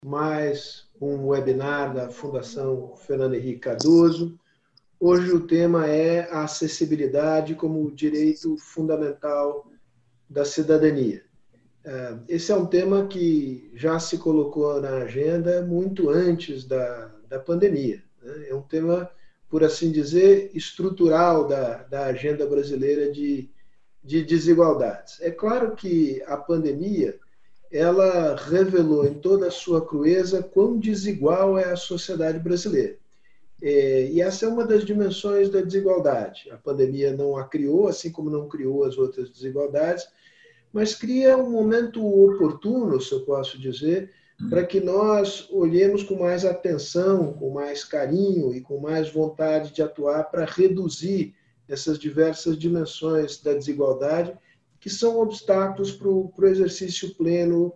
mais um webinar da Fundação Fernando Henrique Cardoso. Hoje o tema é a acessibilidade como direito fundamental da cidadania. Esse é um tema que já se colocou na agenda muito antes da pandemia. É um tema, por assim dizer, estrutural da agenda brasileira de desigualdades. É claro que a pandemia ela revelou em toda a sua crueza quão desigual é a sociedade brasileira. E essa é uma das dimensões da desigualdade. A pandemia não a criou, assim como não criou as outras desigualdades, mas cria um momento oportuno, se eu posso dizer, para que nós olhemos com mais atenção, com mais carinho e com mais vontade de atuar para reduzir essas diversas dimensões da desigualdade, que são obstáculos para o exercício pleno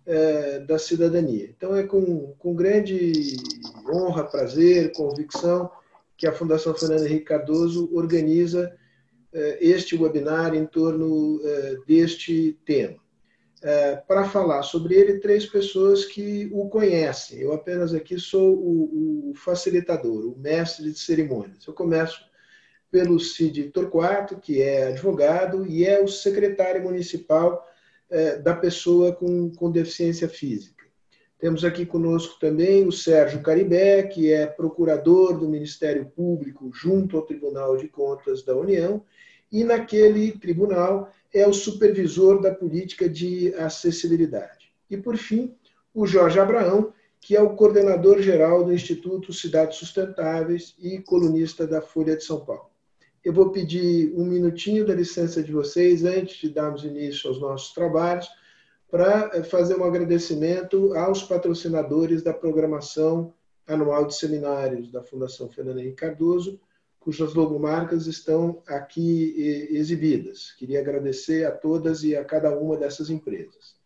da cidadania. Então, é com grande honra, prazer, convicção, que a Fundação Fernando Henrique Cardoso organiza este webinar em torno deste tema. Para falar sobre ele, 3 pessoas que o conhecem. Eu apenas aqui sou o facilitador, o mestre de cerimônias. Eu começo pelo Cid Torquato, que é advogado e é o secretário municipal da pessoa com deficiência física. Temos aqui conosco também o Sérgio Caribé, que é procurador do Ministério Público junto ao Tribunal de Contas da União, e naquele tribunal é o supervisor da política de acessibilidade. E, por fim, o Jorge Abraão, que é o coordenador geral do Instituto Cidades Sustentáveis e colunista da Folha de São Paulo. Eu vou pedir um minutinho da licença de vocês, antes de darmos início aos nossos trabalhos, para fazer um agradecimento aos patrocinadores da programação anual de seminários da Fundação Fernando Henrique Cardoso, cujas logomarcas estão aqui exibidas. Queria agradecer a todas e a cada uma dessas empresas.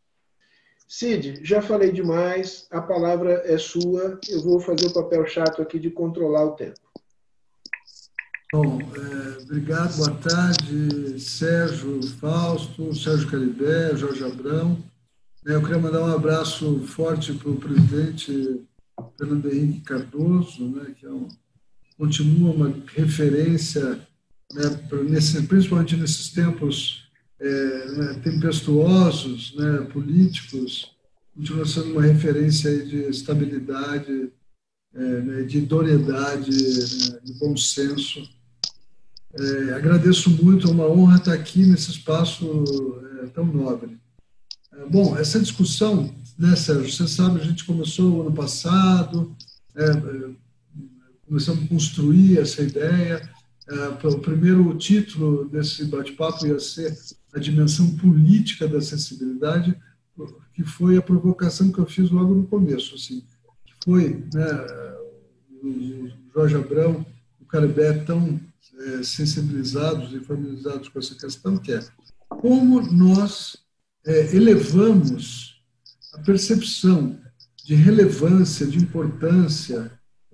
Cid, já falei demais, a palavra é sua, eu vou fazer o papel chato aqui de controlar o tempo. Bom, obrigado, boa tarde, Sérgio Fausto, Sérgio Caribé, Jorge Abrão. Eu queria mandar um abraço forte para o presidente Fernando Henrique Cardoso, né, que continua uma referência, né, principalmente nesses tempos tempestuosos, né, políticos, continua sendo uma referência aí de estabilidade, de idoneidade, de bom senso. Agradeço muito, é uma honra estar aqui nesse espaço tão nobre. Bom, essa discussão, né, Sérgio, você sabe, a gente começou ano passado, começamos a construir essa ideia. O primeiro título desse bate-papo ia ser a dimensão política da acessibilidade, que foi a provocação que eu fiz logo no começo, assim, que foi, né, o Jorge Abrão, o Caribé tão sensibilizados e familiarizados com essa questão, que é como nós elevamos a percepção de relevância, de importância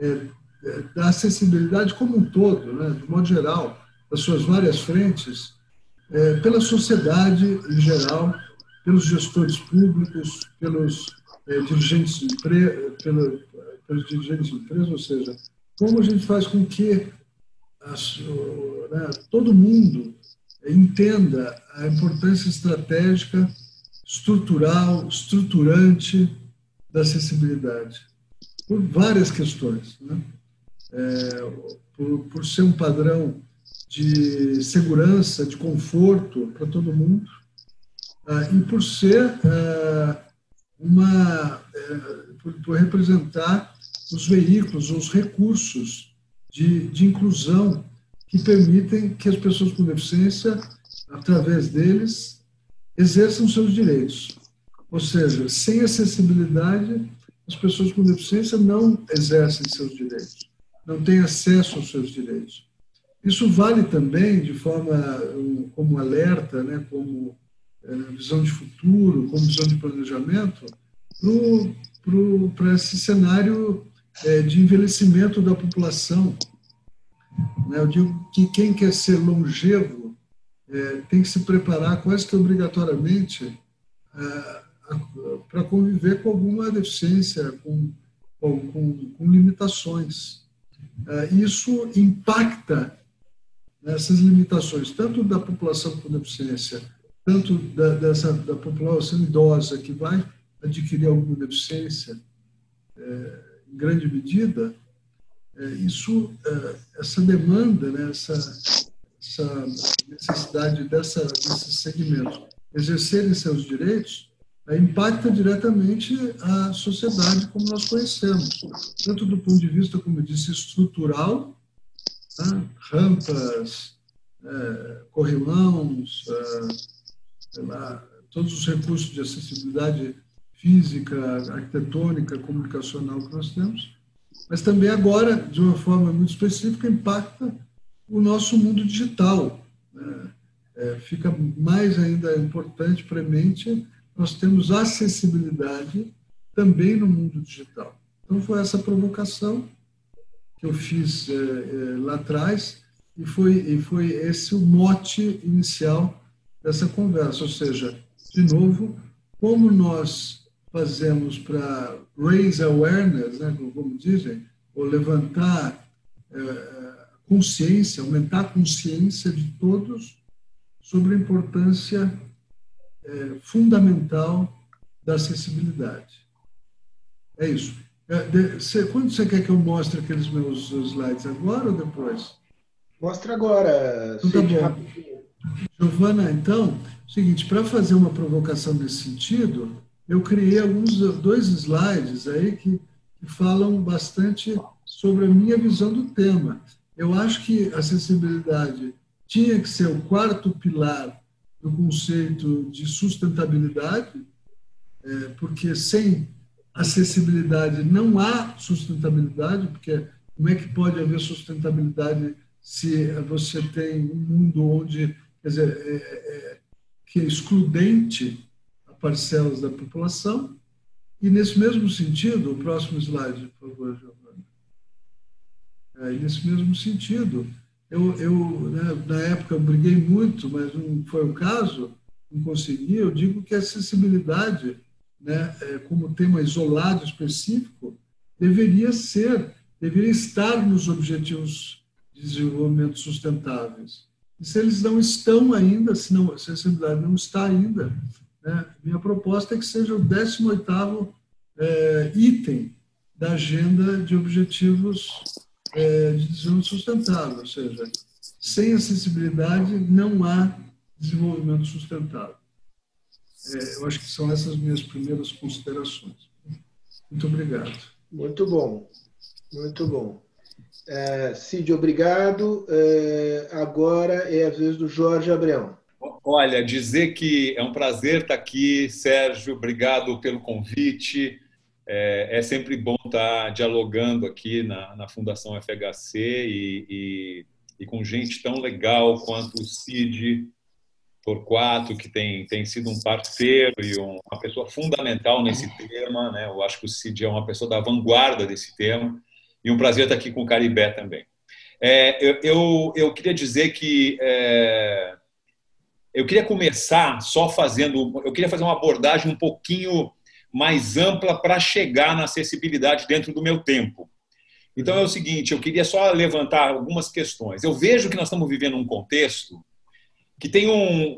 da acessibilidade como um todo, né, de modo geral, das suas várias frentes, pela sociedade em geral, pelos gestores públicos, pelos dirigentes de empresa, ou seja, como a gente faz com que todo mundo entenda a importância estratégica, estrutural, estruturante da acessibilidade, por várias questões, né? Por ser um padrão de segurança, de conforto para todo mundo, e por ser por representar os veículos, os recursos de inclusão que permitem que as pessoas com deficiência, através deles, exerçam seus direitos. Ou seja, sem acessibilidade, as pessoas com deficiência não exercem seus direitos, não têm acesso aos seus direitos. Isso vale também de forma como alerta, né, como visão de futuro, como visão de planejamento, para esse cenário de envelhecimento da população. Eu digo que quem quer ser longevo tem que se preparar quase que obrigatoriamente para conviver com alguma deficiência, com limitações. Isso impacta essas limitações, tanto da população com deficiência, tanto da população idosa que vai adquirir alguma deficiência, em grande medida, essa demanda, né, essa necessidade desses segmentos exercerem seus direitos, impacta diretamente a sociedade como nós conhecemos, tanto do ponto de vista, como eu disse, estrutural, né, rampas, corrimãos, todos os recursos de acessibilidade física, arquitetônica, comunicacional que nós temos, mas também agora, de uma forma muito específica, impacta o nosso mundo digital. Fica mais ainda importante, premente, nós temos acessibilidade também no mundo digital. Então, foi essa provocação que eu fiz lá atrás e foi esse o mote inicial dessa conversa, ou seja, de novo, como nós fazemos para raise awareness, né, como dizem, ou levantar consciência, aumentar a consciência de todos sobre a importância fundamental da acessibilidade. É isso. Quando você quer que eu mostre aqueles meus slides, agora ou depois? Mostra agora. Então, tá bom. Giovana, então, é o seguinte, para fazer uma provocação nesse sentido, eu criei dois slides aí que falam bastante sobre a minha visão do tema. Eu acho que a acessibilidade tinha que ser o quarto pilar do conceito de sustentabilidade, porque sem acessibilidade não há sustentabilidade, porque como é que pode haver sustentabilidade se você tem um mundo onde, quer dizer, que é excludente a parcelas da população? E nesse mesmo sentido, o próximo slide, por favor, Giovana. Nesse mesmo sentido, né, na época eu briguei muito, mas não foi o caso, não consegui. Eu digo que a acessibilidade, né, como tema isolado específico, deveria estar nos objetivos de desenvolvimento sustentáveis. E se eles não estão ainda, se a acessibilidade não está ainda, né, minha proposta é que seja o 18º item da agenda de objetivos de desenvolvimento sustentável, ou seja, sem acessibilidade não há desenvolvimento sustentável. Eu acho que são essas minhas primeiras considerações. Muito obrigado. Muito bom, muito bom. Cid, obrigado. Agora é a vez do Jorge Abrão. Olha, dizer que é um prazer estar aqui, Sérgio, obrigado pelo convite. É sempre bom estar dialogando aqui na Fundação FHC e com gente tão legal quanto o Cid Torquato, que tem sido um parceiro e uma pessoa fundamental nesse tema, né? Eu acho que o Cid é uma pessoa da vanguarda desse tema e um prazer estar aqui com o Caribé também. Eu queria dizer que eu queria começar eu queria fazer uma abordagem um pouquinho mais ampla para chegar na acessibilidade dentro do meu tempo. Então é o seguinte, eu queria só levantar algumas questões. Eu vejo que nós estamos vivendo um contexto que tem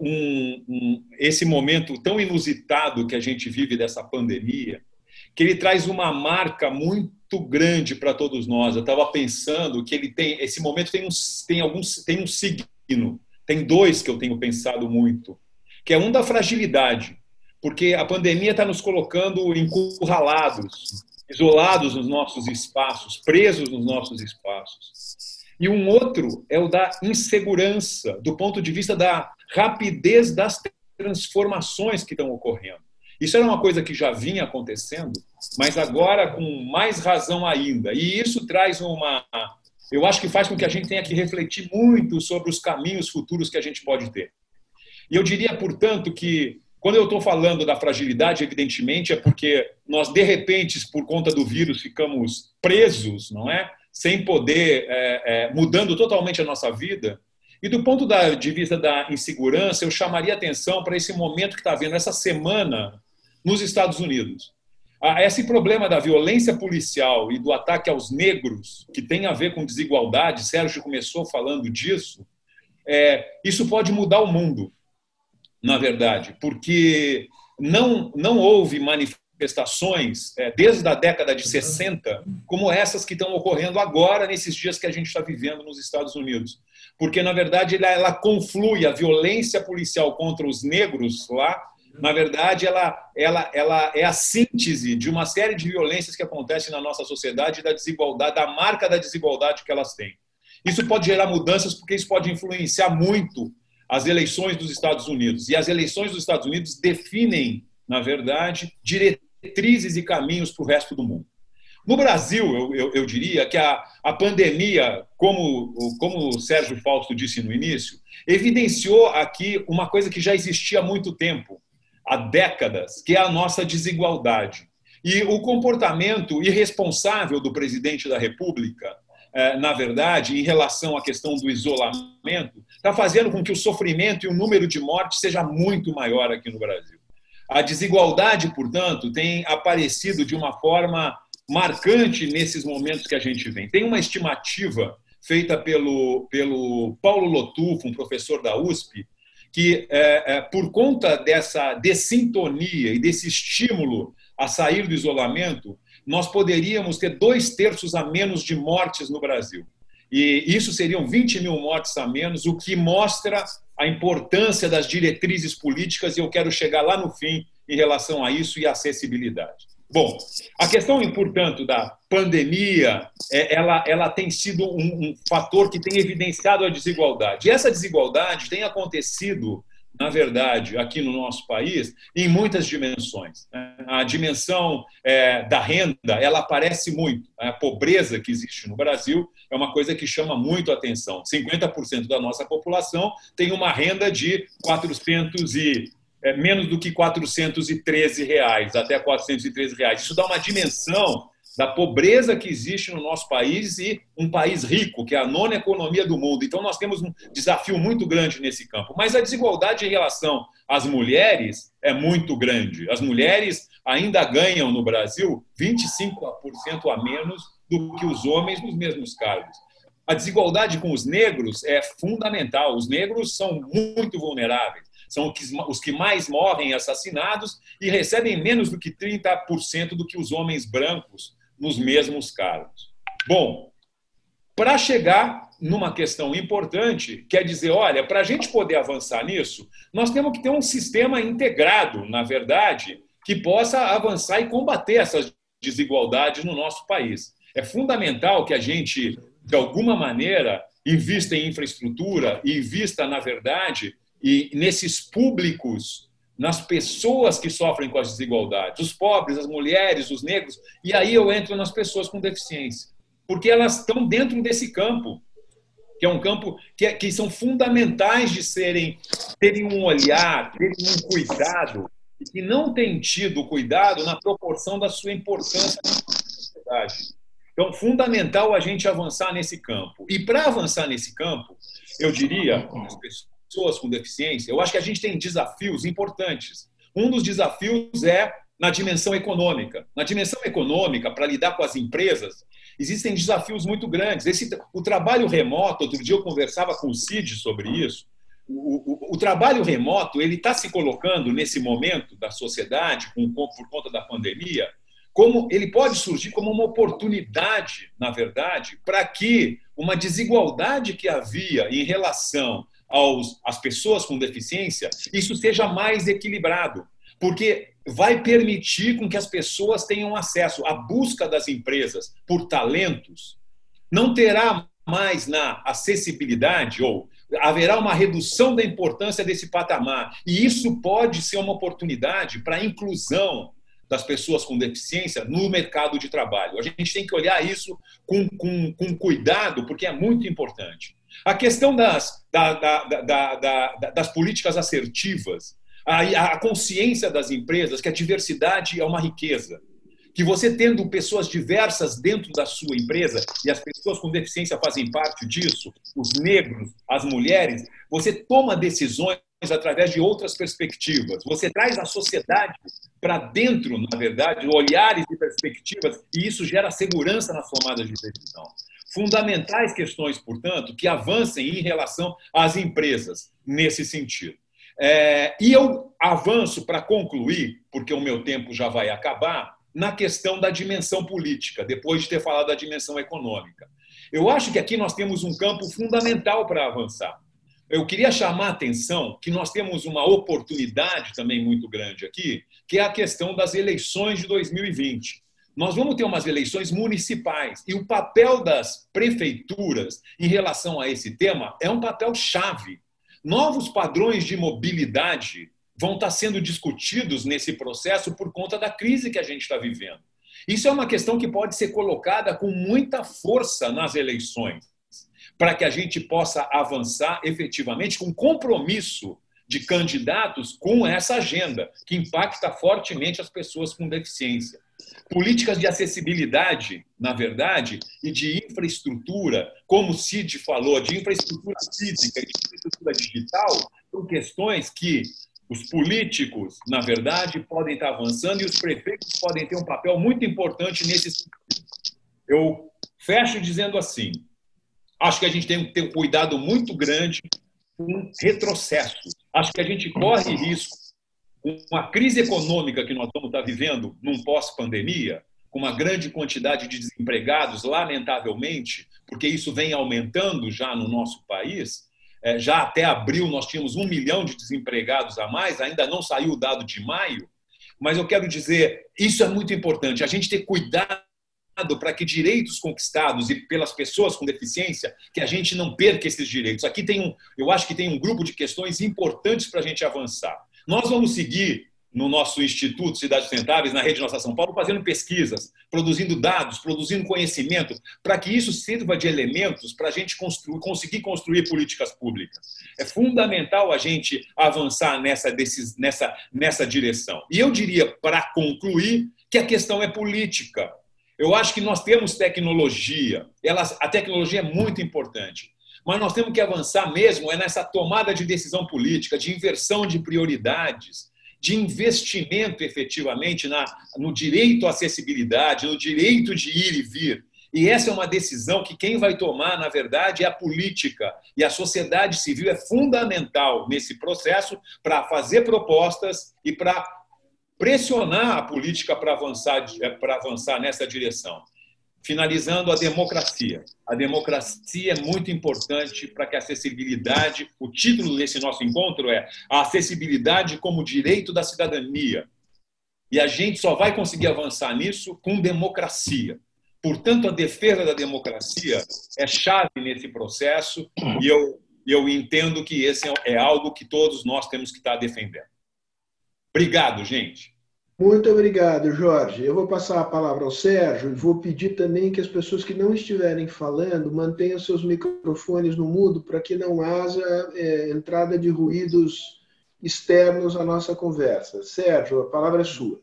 esse momento tão inusitado que a gente vive dessa pandemia, que ele traz uma marca muito grande para todos nós. Eu estava pensando que esse momento tem um signo, tem dois que eu tenho pensado muito, que é um da fragilidade, porque a pandemia está nos colocando encurralados, isolados nos nossos espaços, presos nos nossos espaços. E um outro é o da insegurança, do ponto de vista da rapidez das transformações que estão ocorrendo. Isso era uma coisa que já vinha acontecendo, mas agora com mais razão ainda. E isso traz eu acho que faz com que a gente tenha que refletir muito sobre os caminhos futuros que a gente pode ter. E eu diria, portanto, que quando eu estou falando da fragilidade, evidentemente, é porque nós, de repente, por conta do vírus, ficamos presos, não é? Sem poder, mudando totalmente a nossa vida. E do ponto de vista da insegurança, eu chamaria atenção para esse momento que está havendo essa semana nos Estados Unidos. Esse problema da violência policial e do ataque aos negros, que tem a ver com desigualdade, Sérgio começou falando disso, isso pode mudar o mundo, na verdade, porque não houve manifestações desde a década de 60 como essas que estão ocorrendo agora, nesses dias que a gente está vivendo nos Estados Unidos. Porque, na verdade, ela conflui a violência policial contra os negros lá. Na verdade, ela é a síntese de uma série de violências que acontecem na nossa sociedade, da desigualdade, da marca da desigualdade que elas têm. Isso pode gerar mudanças, porque isso pode influenciar muito as eleições dos Estados Unidos. E as eleições dos Estados Unidos definem, na verdade, diretrizes e caminhos para o resto do mundo. No Brasil, eu diria que a pandemia, como o Sérgio Fausto disse no início, evidenciou aqui uma coisa que já existia há muito tempo, há décadas, que é a nossa desigualdade. E o comportamento irresponsável do presidente da República, na verdade, em relação à questão do isolamento, está fazendo com que o sofrimento e o número de mortes seja muito maior aqui no Brasil. A desigualdade, portanto, tem aparecido de uma forma marcante nesses momentos que a gente vem. Tem uma estimativa feita pelo Paulo Lotufo, um professor da USP, que, por conta dessa dessintonia e desse estímulo a sair do isolamento, nós poderíamos ter 2/3 a menos de mortes no Brasil. E isso seriam 20 mil mortes a menos, o que mostra a importância das diretrizes políticas, e eu quero chegar lá no fim em relação a isso e a acessibilidade. Bom, a questão, portanto, da pandemia, ela tem sido um fator que tem evidenciado a desigualdade. E essa desigualdade tem acontecido, na verdade, aqui no nosso país, em muitas dimensões. A dimensão da renda, ela aparece muito. A pobreza que existe no Brasil é uma coisa que chama muito a atenção. 50% da nossa população tem uma renda de menos do que R$413, até R$413. Isso dá uma dimensão da pobreza que existe no nosso país, e um país rico, que é a 9ª economia do mundo. Então, nós temos um desafio muito grande nesse campo. Mas a desigualdade em relação às mulheres é muito grande. As mulheres ainda ganham no Brasil 25% a menos do que os homens nos mesmos cargos. A desigualdade com os negros é fundamental. Os negros são muito vulneráveis. São os que mais morrem assassinados e recebem menos do que 30% do que os homens brancos nos mesmos cargos. Bom, para chegar numa questão importante, quer dizer, olha, para a gente poder avançar nisso, nós temos que ter um sistema integrado, na verdade, que possa avançar e combater essas desigualdades no nosso país. É fundamental que a gente, de alguma maneira, invista em infraestrutura e invista, na verdade, e nesses públicos, nas pessoas que sofrem com as desigualdades, os pobres, as mulheres, os negros, e aí eu entro nas pessoas com deficiência, porque elas estão dentro desse campo, que é um campo que são fundamentais de terem um olhar, terem um cuidado, e que não têm tido cuidado na proporção da sua importância na sociedade. Então, fundamental a gente avançar nesse campo. E para avançar nesse campo, eu diria, as pessoas com deficiência, eu acho que a gente tem desafios importantes. Um dos desafios é na dimensão econômica. Na dimensão econômica, para lidar com as empresas, existem desafios muito grandes. O trabalho remoto, outro dia eu conversava com o Cid sobre isso, o trabalho remoto ele está se colocando nesse momento da sociedade, por conta da pandemia, como ele pode surgir como uma oportunidade, na verdade, para que uma desigualdade que havia em relação às pessoas com deficiência, isso seja mais equilibrado, porque vai permitir com que as pessoas tenham acesso à busca das empresas por talentos, não terá mais na acessibilidade, ou haverá uma redução da importância desse patamar, e isso pode ser uma oportunidade para a inclusão das pessoas com deficiência no mercado de trabalho. A gente tem que olhar isso com cuidado, porque é muito importante. A questão das políticas assertivas, a consciência das empresas que a diversidade é uma riqueza, que você tendo pessoas diversas dentro da sua empresa, e as pessoas com deficiência fazem parte disso, os negros, as mulheres, você toma decisões através de outras perspectivas. Você traz a sociedade para dentro, na verdade, olhares e perspectivas, e isso gera segurança nas tomadas de decisão. Fundamentais questões, portanto, que avancem em relação às empresas nesse sentido. E eu avanço para concluir, porque o meu tempo já vai acabar, na questão da dimensão política, depois de ter falado da dimensão econômica. Eu acho que aqui nós temos um campo fundamental para avançar. Eu queria chamar a atenção que nós temos uma oportunidade também muito grande aqui, que é a questão das eleições de 2020. Nós vamos ter umas eleições municipais e o papel das prefeituras em relação a esse tema é um papel chave. Novos padrões de mobilidade vão estar sendo discutidos nesse processo por conta da crise que a gente está vivendo. Isso é uma questão que pode ser colocada com muita força nas eleições, para que a gente possa avançar efetivamente com compromisso de candidatos com essa agenda, que impacta fortemente as pessoas com deficiência. Políticas de acessibilidade, na verdade, e de infraestrutura, como o Cid falou, de infraestrutura física e de infraestrutura digital, são questões que os políticos, na verdade, podem estar avançando e os prefeitos podem ter um papel muito importante nesse sentido. Eu fecho dizendo assim, acho que a gente tem que ter um cuidado muito grande com retrocesso. Acho que a gente corre risco, com a crise econômica que nós vamos estar vivendo num pós-pandemia, com uma grande quantidade de desempregados, lamentavelmente, porque isso vem aumentando já no nosso país. Já até abril nós tínhamos 1 milhão de desempregados a mais, ainda não saiu o dado de maio, mas eu quero dizer, isso é muito importante, a gente ter cuidado para que direitos conquistados e pelas pessoas com deficiência, que a gente não perca esses direitos. Aqui eu acho que tem um grupo de questões importantes para a gente avançar. Nós vamos seguir no nosso Instituto Cidades Sustentáveis, na Rede Nossa São Paulo, fazendo pesquisas, produzindo dados, produzindo conhecimento, para que isso sirva de elementos para a gente conseguir construir políticas públicas. É fundamental a gente avançar nessa direção. E eu diria, para concluir, que a questão é política. Eu acho que nós temos tecnologia, a tecnologia é muito importante, mas nós temos que avançar mesmo nessa tomada de decisão política, de inversão de prioridades, de investimento efetivamente no direito à acessibilidade, no direito de ir e vir. E essa é uma decisão que quem vai tomar, na verdade, é a política. E a sociedade civil é fundamental nesse processo para fazer propostas e para pressionar a política para avançar nessa direção. Finalizando, a democracia. A democracia é muito importante para que a acessibilidade, o título desse nosso encontro é a acessibilidade como direito da cidadania. E a gente só vai conseguir avançar nisso com democracia. Portanto, a defesa da democracia é chave nesse processo e eu entendo que esse é algo que todos nós temos que estar defendendo. Obrigado, gente. Muito obrigado, Jorge. Eu vou passar a palavra ao Sérgio e vou pedir também que as pessoas que não estiverem falando mantenham seus microfones no mudo para que não haja entrada de ruídos externos à nossa conversa. Sérgio, a palavra é sua.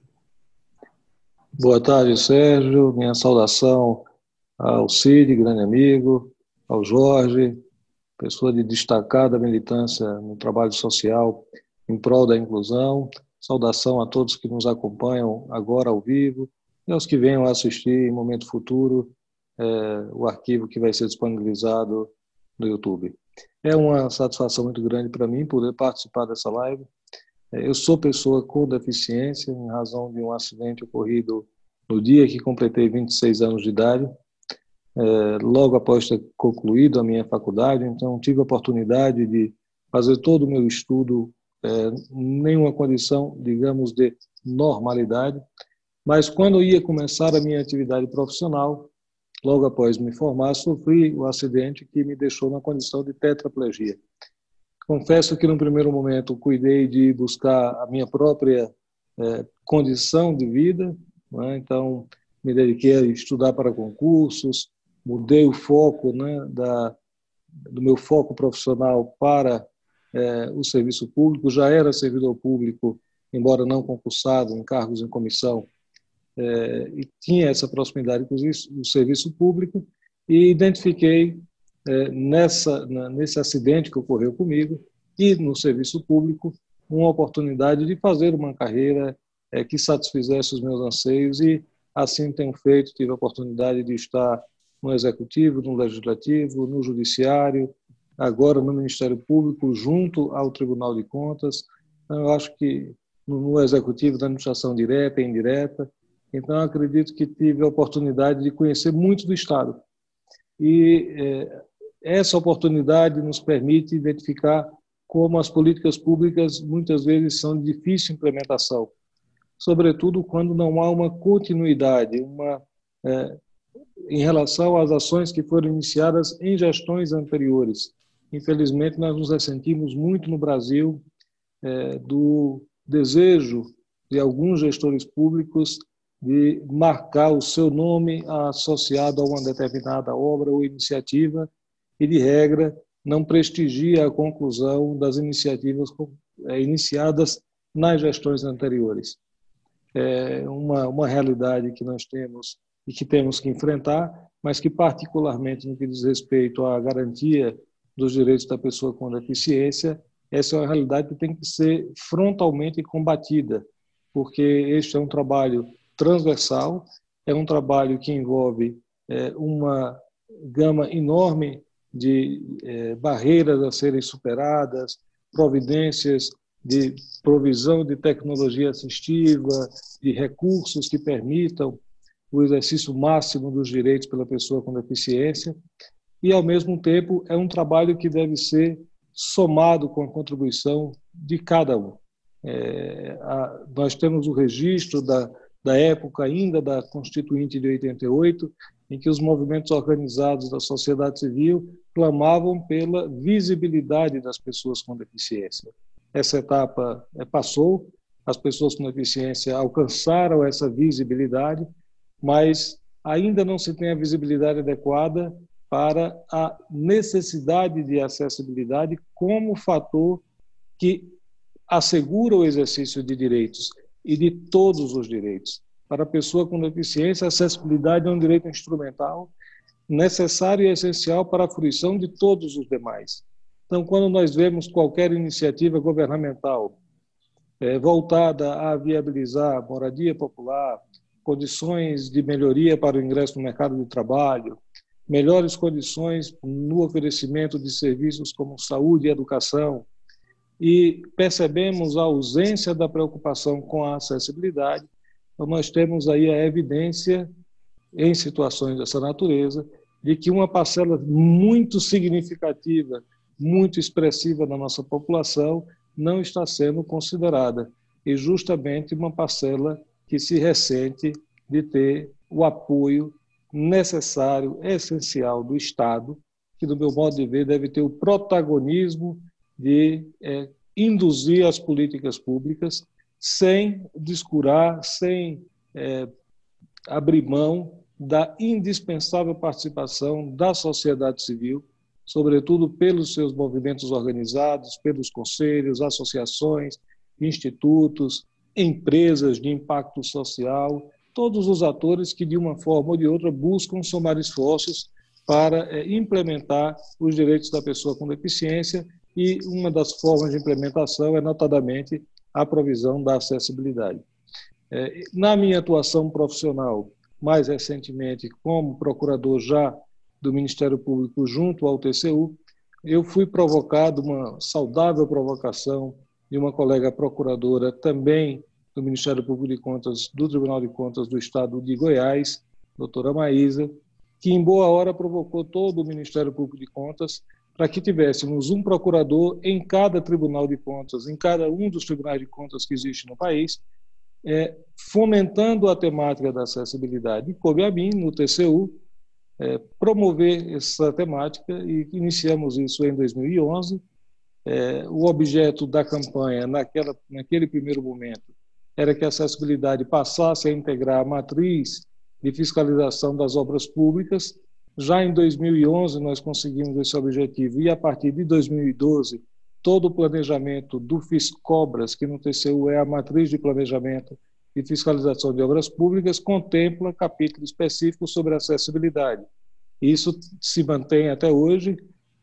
Boa tarde, Sérgio. Minha saudação ao Cid, grande amigo, ao Jorge, pessoa de destacada militância no trabalho social em prol da inclusão. Saudação a todos que nos acompanham agora ao vivo e aos que venham assistir em momento futuro o arquivo que vai ser disponibilizado no YouTube. É uma satisfação muito grande para mim poder participar dessa live. Eu sou pessoa com deficiência em razão de um acidente ocorrido no dia que completei 26 anos de idade, logo após ter concluído a minha faculdade, então tive a oportunidade de fazer todo o meu estudo nenhuma condição, digamos, de normalidade, mas quando eu ia começar a minha atividade profissional, logo após me formar, sofri o acidente que me deixou na condição de tetraplegia. Confesso que no primeiro momento cuidei de buscar a minha própria condição de vida, né? Então me dediquei a estudar para concursos, mudei o foco, né, do meu foco profissional para o serviço público. Já era servidor público, embora não concursado, em cargos em comissão, e tinha essa proximidade com o serviço público, e identifiquei nesse acidente que ocorreu comigo e no serviço público uma oportunidade de fazer uma carreira que satisfizesse os meus anseios e assim tenho feito. Tive a oportunidade de estar no Executivo, no Legislativo, no Judiciário, agora no Ministério Público, junto ao Tribunal de Contas. Então, eu acho que no Executivo da administração direta e indireta. Então, eu acredito que tive a oportunidade de conhecer muito do Estado. E essa oportunidade nos permite identificar como as políticas públicas muitas vezes são de difícil implementação, sobretudo quando não há uma continuidade em relação às ações que foram iniciadas em gestões anteriores. Infelizmente, nós nos ressentimos muito no Brasil do desejo de alguns gestores públicos de marcar o seu nome associado a uma determinada obra ou iniciativa e, de regra, não prestigia a conclusão das iniciativas iniciadas nas gestões anteriores. É uma realidade que nós temos e que temos que enfrentar, mas que, particularmente no que diz respeito à garantia dos direitos da pessoa com deficiência, essa é uma realidade que tem que ser frontalmente combatida, porque este é um trabalho transversal, é um trabalho que envolve uma gama enorme de barreiras a serem superadas, providências de provisão de tecnologia assistiva, de recursos que permitam o exercício máximo dos direitos pela pessoa com deficiência, e, ao mesmo tempo, é um trabalho que deve ser somado com a contribuição de cada um. Nós temos o registro da época ainda da Constituinte de 88, em que os movimentos organizados da sociedade civil clamavam pela visibilidade das pessoas com deficiência. Essa etapa passou, as pessoas com deficiência alcançaram essa visibilidade, mas ainda não se tem a visibilidade adequada para a necessidade de acessibilidade como fator que assegura o exercício de direitos e de todos os direitos. Para a pessoa com deficiência, a acessibilidade é um direito instrumental necessário e essencial para a fruição de todos os demais. Então, quando nós vemos qualquer iniciativa governamental voltada a viabilizar moradia popular, condições de melhoria para o ingresso no mercado de trabalho, melhores condições no oferecimento de serviços como saúde e educação, e percebemos a ausência da preocupação com a acessibilidade, então nós temos aí a evidência, em situações dessa natureza, de que uma parcela muito significativa, muito expressiva da nossa população não está sendo considerada, e justamente uma parcela que se ressente de ter o apoio necessário, essencial do Estado, que, do meu modo de ver, deve ter o protagonismo de induzir as políticas públicas sem descurar, sem abrir mão da indispensável participação da sociedade civil, sobretudo pelos seus movimentos organizados, pelos conselhos, associações, institutos, empresas de impacto social, todos os atores que, de uma forma ou de outra, buscam somar esforços para implementar os direitos da pessoa com deficiência, e uma das formas de implementação é, notadamente, a provisão da acessibilidade. Na minha atuação profissional, mais recentemente, como procurador já do Ministério Público junto ao TCU, eu fui provocado, uma saudável provocação de uma colega procuradora também do Ministério Público de Contas, do Tribunal de Contas do Estado de Goiás, doutora Maísa, que em boa hora provocou todo o Ministério Público de Contas para que tivéssemos um procurador em cada Tribunal de Contas, em cada um dos tribunais de contas que existe no país, fomentando a temática da acessibilidade. E coube a mim, no TCU, promover essa temática, e iniciamos isso em 2011. O objeto da campanha, naquele primeiro momento, era que a acessibilidade passasse a integrar a matriz de fiscalização das obras públicas. Já em 2011, nós conseguimos esse objetivo, e a partir de 2012, todo o planejamento do Fiscobras, que no TCU é a matriz de planejamento e fiscalização de obras públicas, contempla capítulo específico sobre acessibilidade. Isso se mantém até hoje.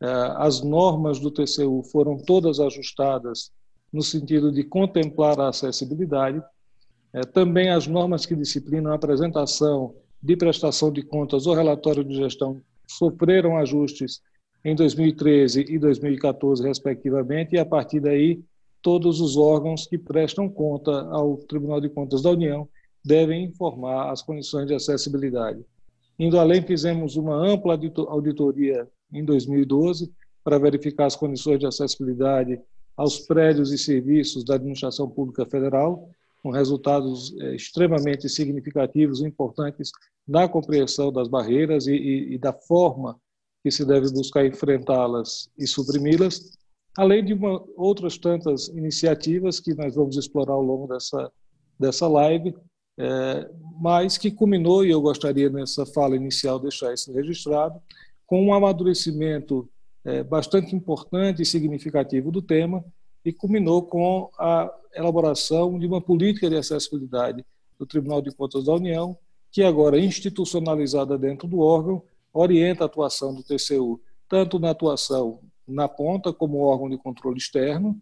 as normas do TCU foram todas ajustadas no sentido de contemplar a acessibilidade. Também as normas que disciplinam a apresentação de prestação de contas ou relatório de gestão sofreram ajustes em 2013 e 2014, respectivamente, e a partir daí todos os órgãos que prestam conta ao Tribunal de Contas da União devem informar as condições de acessibilidade. Indo além, fizemos uma ampla auditoria em 2012 para verificar as condições de acessibilidade aos prédios e serviços da Administração Pública Federal, com resultados extremamente significativos e importantes na compreensão das barreiras e da forma que se deve buscar enfrentá-las e suprimi-las, além de outras tantas iniciativas que nós vamos explorar ao longo dessa live, mas que culminou, e eu gostaria nessa fala inicial deixar isso registrado, com um amadurecimento bastante importante e significativo do tema, e culminou com a elaboração de uma política de acessibilidade do Tribunal de Contas da União, que agora institucionalizada dentro do órgão, orienta a atuação do TCU, tanto na atuação na ponta, como órgão de controle externo,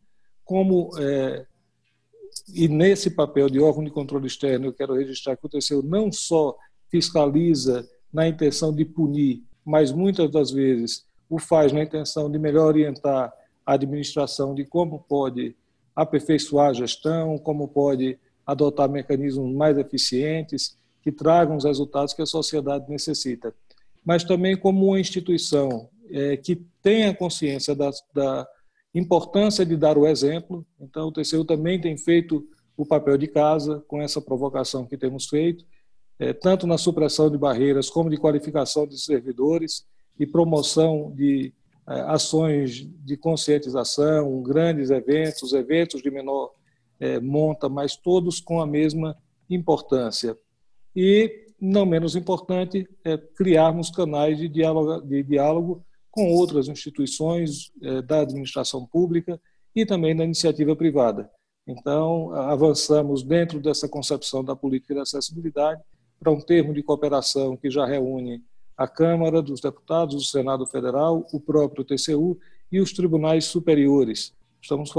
e nesse papel de órgão de controle externo, eu quero registrar que o TCU não só fiscaliza na intenção de punir, mas muitas das vezes o faz na intenção de melhor orientar a administração de como pode aperfeiçoar a gestão, como pode adotar mecanismos mais eficientes que tragam os resultados que a sociedade necessita. Mas também como uma instituição que tenha consciência da importância de dar o exemplo. Então, o TCU também tem feito o papel de casa com essa provocação que temos feito, tanto na supressão de barreiras como de qualificação de servidores e promoção de ações de conscientização, grandes eventos de menor monta, mas todos com a mesma importância. E, não menos importante, criarmos canais de diálogo com outras instituições da administração pública e também da iniciativa privada. Então, avançamos dentro dessa concepção da política de acessibilidade para um termo de cooperação que já reúne a Câmara dos Deputados, o Senado Federal, o próprio TCU e os tribunais superiores. Estamos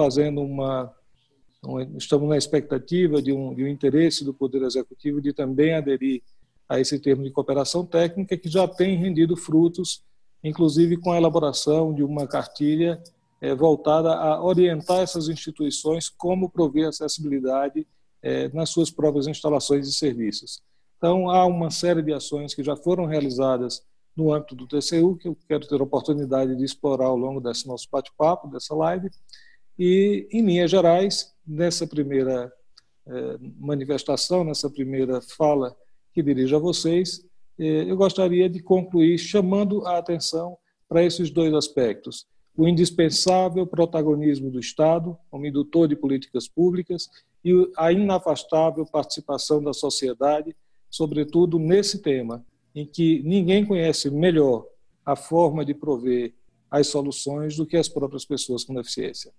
na expectativa de um interesse do Poder Executivo de também aderir a esse termo de cooperação técnica que já tem rendido frutos, inclusive com a elaboração de uma cartilha voltada a orientar essas instituições como prover acessibilidade nas suas próprias instalações e serviços. Então, há uma série de ações que já foram realizadas no âmbito do TCU, que eu quero ter a oportunidade de explorar ao longo desse nosso bate-papo, dessa live, e, em linhas gerais, nessa primeira manifestação, nessa primeira fala que dirijo a vocês, eu gostaria de concluir chamando a atenção para esses dois aspectos: o indispensável protagonismo do Estado, como indutor de políticas públicas, e a inafastável participação da sociedade, sobretudo nesse tema, em que ninguém conhece melhor a forma de prover as soluções do que as próprias pessoas com deficiência.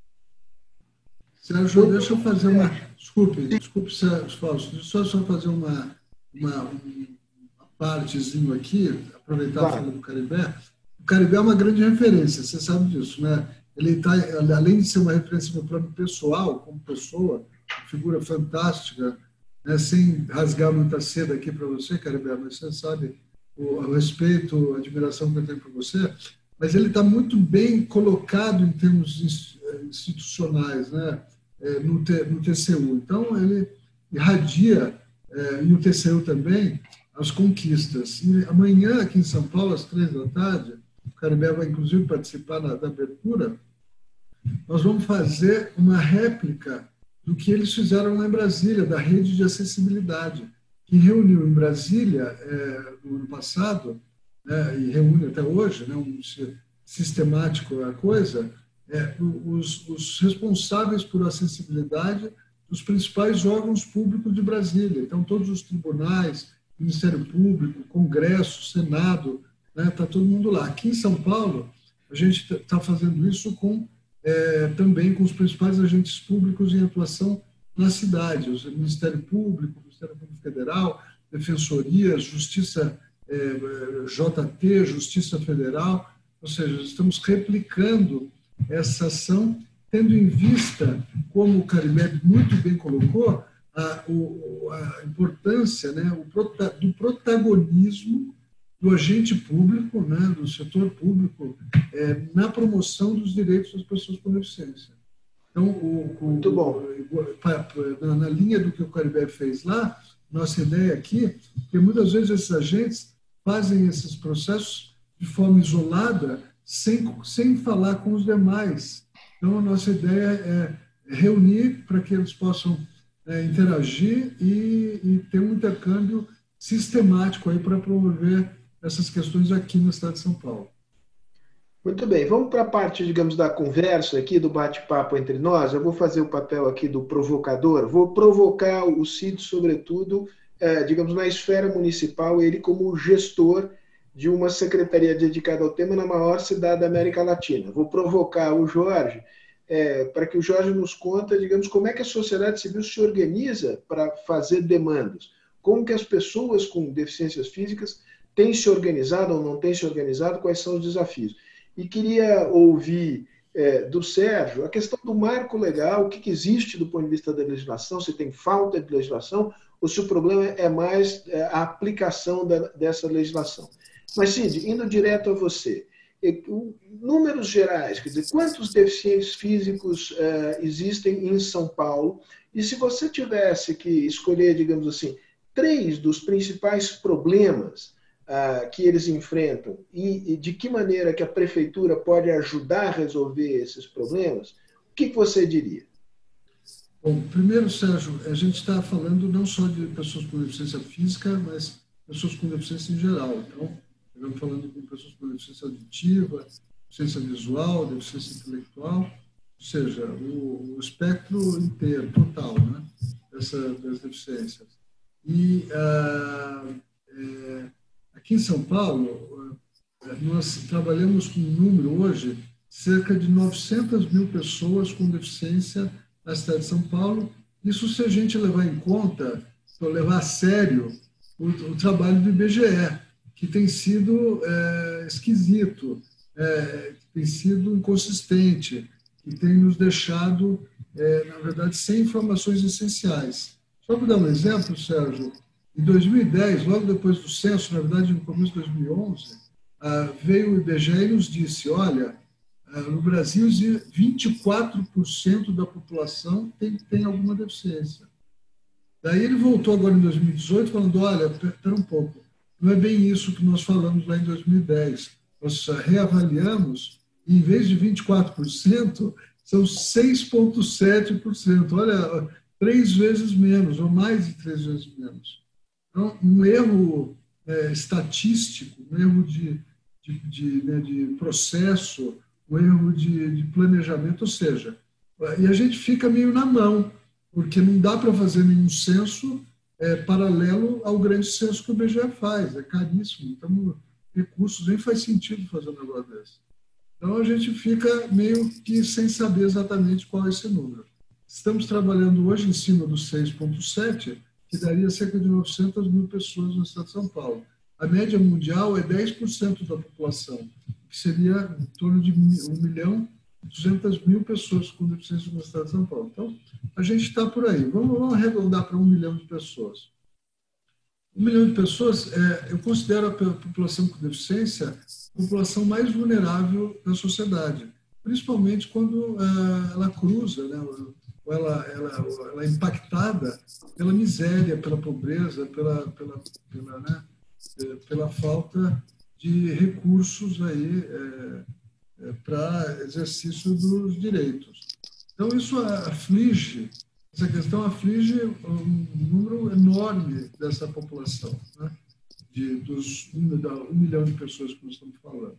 Sérgio, deixa eu fazer uma... Desculpe, Sérgio Fausto, deixa eu só fazer uma partezinho aqui, aproveitar a fala do Caribé. O Caribé é uma grande referência, você sabe disso, né? Ele está, além de ser uma referência no plano pessoal, como pessoa, uma figura fantástica, né? Sem rasgar muita seda aqui para você, Caribé, mas você sabe o respeito, a admiração que eu tenho por você, mas ele está muito bem colocado em termos institucionais, né? No TCU. Então, ele irradia, e o TCU também, as conquistas. E amanhã, aqui em São Paulo, às 15h, o Caribé vai, inclusive, participar da abertura, nós vamos fazer uma réplica do que eles fizeram lá em Brasília, da rede de acessibilidade, que reuniu em Brasília, no ano passado, né, e reúne até hoje, né, sistemático a coisa, os responsáveis por acessibilidade dos principais órgãos públicos de Brasília. Então, todos os tribunais, Ministério Público, Congresso, Senado, está todo mundo lá. Aqui em São Paulo, a gente está fazendo isso também com os principais agentes públicos em atuação na cidade, o Ministério Público, Ministério Público Federal, Defensoria, Justiça JT, Justiça Federal. Ou seja, estamos replicando essa ação, tendo em vista, como o Caribé muito bem colocou, a importância, né, do protagonismo do agente público, né, do setor público, na promoção dos direitos das pessoas com deficiência. Então, muito bom. Na linha do que o Caribé fez lá, nossa ideia aqui é que muitas vezes esses agentes fazem esses processos de forma isolada, sem falar com os demais. Então, a nossa ideia é reunir para que eles possam interagir e ter um intercâmbio sistemático aí para promover essas questões aqui no estado de São Paulo. Muito bem, vamos para a parte, digamos, da conversa aqui, do bate-papo entre nós. Eu vou fazer o papel aqui do provocador, vou provocar o Cid, sobretudo, digamos, na esfera municipal, ele como gestor de uma secretaria dedicada ao tema na maior cidade da América Latina. Vou provocar o Jorge, para que o Jorge nos conte, digamos, como é que a sociedade civil se organiza para fazer demandas, como que as pessoas com deficiências físicas têm se organizado ou não têm se organizado, quais são os desafios. E queria ouvir do Sérgio a questão do marco legal, o que existe do ponto de vista da legislação, se tem falta de legislação ou se o problema é mais a aplicação dessa legislação. Mas, Cid, indo direto a você, números gerais, quer dizer, quantos deficientes físicos existem em São Paulo? E se você tivesse que escolher, digamos assim, 3 dos principais problemas que eles enfrentam e de que maneira que a prefeitura pode ajudar a resolver esses problemas, o que você diria? Bom, primeiro, Sérgio, a gente está falando não só de pessoas com deficiência física, mas pessoas com deficiência em geral. Então, estamos falando com pessoas com deficiência auditiva, deficiência visual, deficiência intelectual, ou seja, o espectro inteiro, total, né, das deficiências. E aqui em São Paulo, nós trabalhamos com um número hoje, cerca de 900 mil pessoas com deficiência na cidade de São Paulo. Isso se a gente levar em conta, levar a sério o trabalho do IBGE, que tem sido esquisito, tem sido inconsistente, que tem nos deixado, na verdade, sem informações essenciais. Só para dar um exemplo, Sérgio, em 2010, logo depois do censo, na verdade, no começo de 2011, veio o IBGE e nos disse, olha, no Brasil, 24% da população tem alguma deficiência. Daí ele voltou agora em 2018 falando, olha, espera um pouco, não é bem isso que nós falamos lá em 2010. Nós reavaliamos e, em vez de 24%, são 6,7%. Olha, 3 vezes menos, ou mais de 3 vezes menos. Então, um erro estatístico, um erro de processo, um erro de planejamento, ou seja, e a gente fica meio na mão, porque não dá para fazer nenhum censo paralelo ao grande censo que o IBGE faz, é caríssimo, então recursos, nem faz sentido fazer um negócio desse. Então a gente fica meio que sem saber exatamente qual é esse número. Estamos trabalhando hoje em cima do 6,7, que daria cerca de 900 mil pessoas no estado de São Paulo. A média mundial é 10% da população, que seria em torno de 1.200.000 pessoas com deficiência no estado de São Paulo. Então, a gente está por aí. Vamos arredondar para 1 milhão de pessoas. 1 milhão de pessoas, eu considero a população com deficiência a população mais vulnerável da sociedade, principalmente quando ela cruza, né, ou ela é impactada pela miséria, pela pobreza, pela falta de recursos aí para exercício dos direitos. Então, isso essa questão aflige um número enorme dessa população, né? Dos 1 milhão de pessoas que nós estamos falando.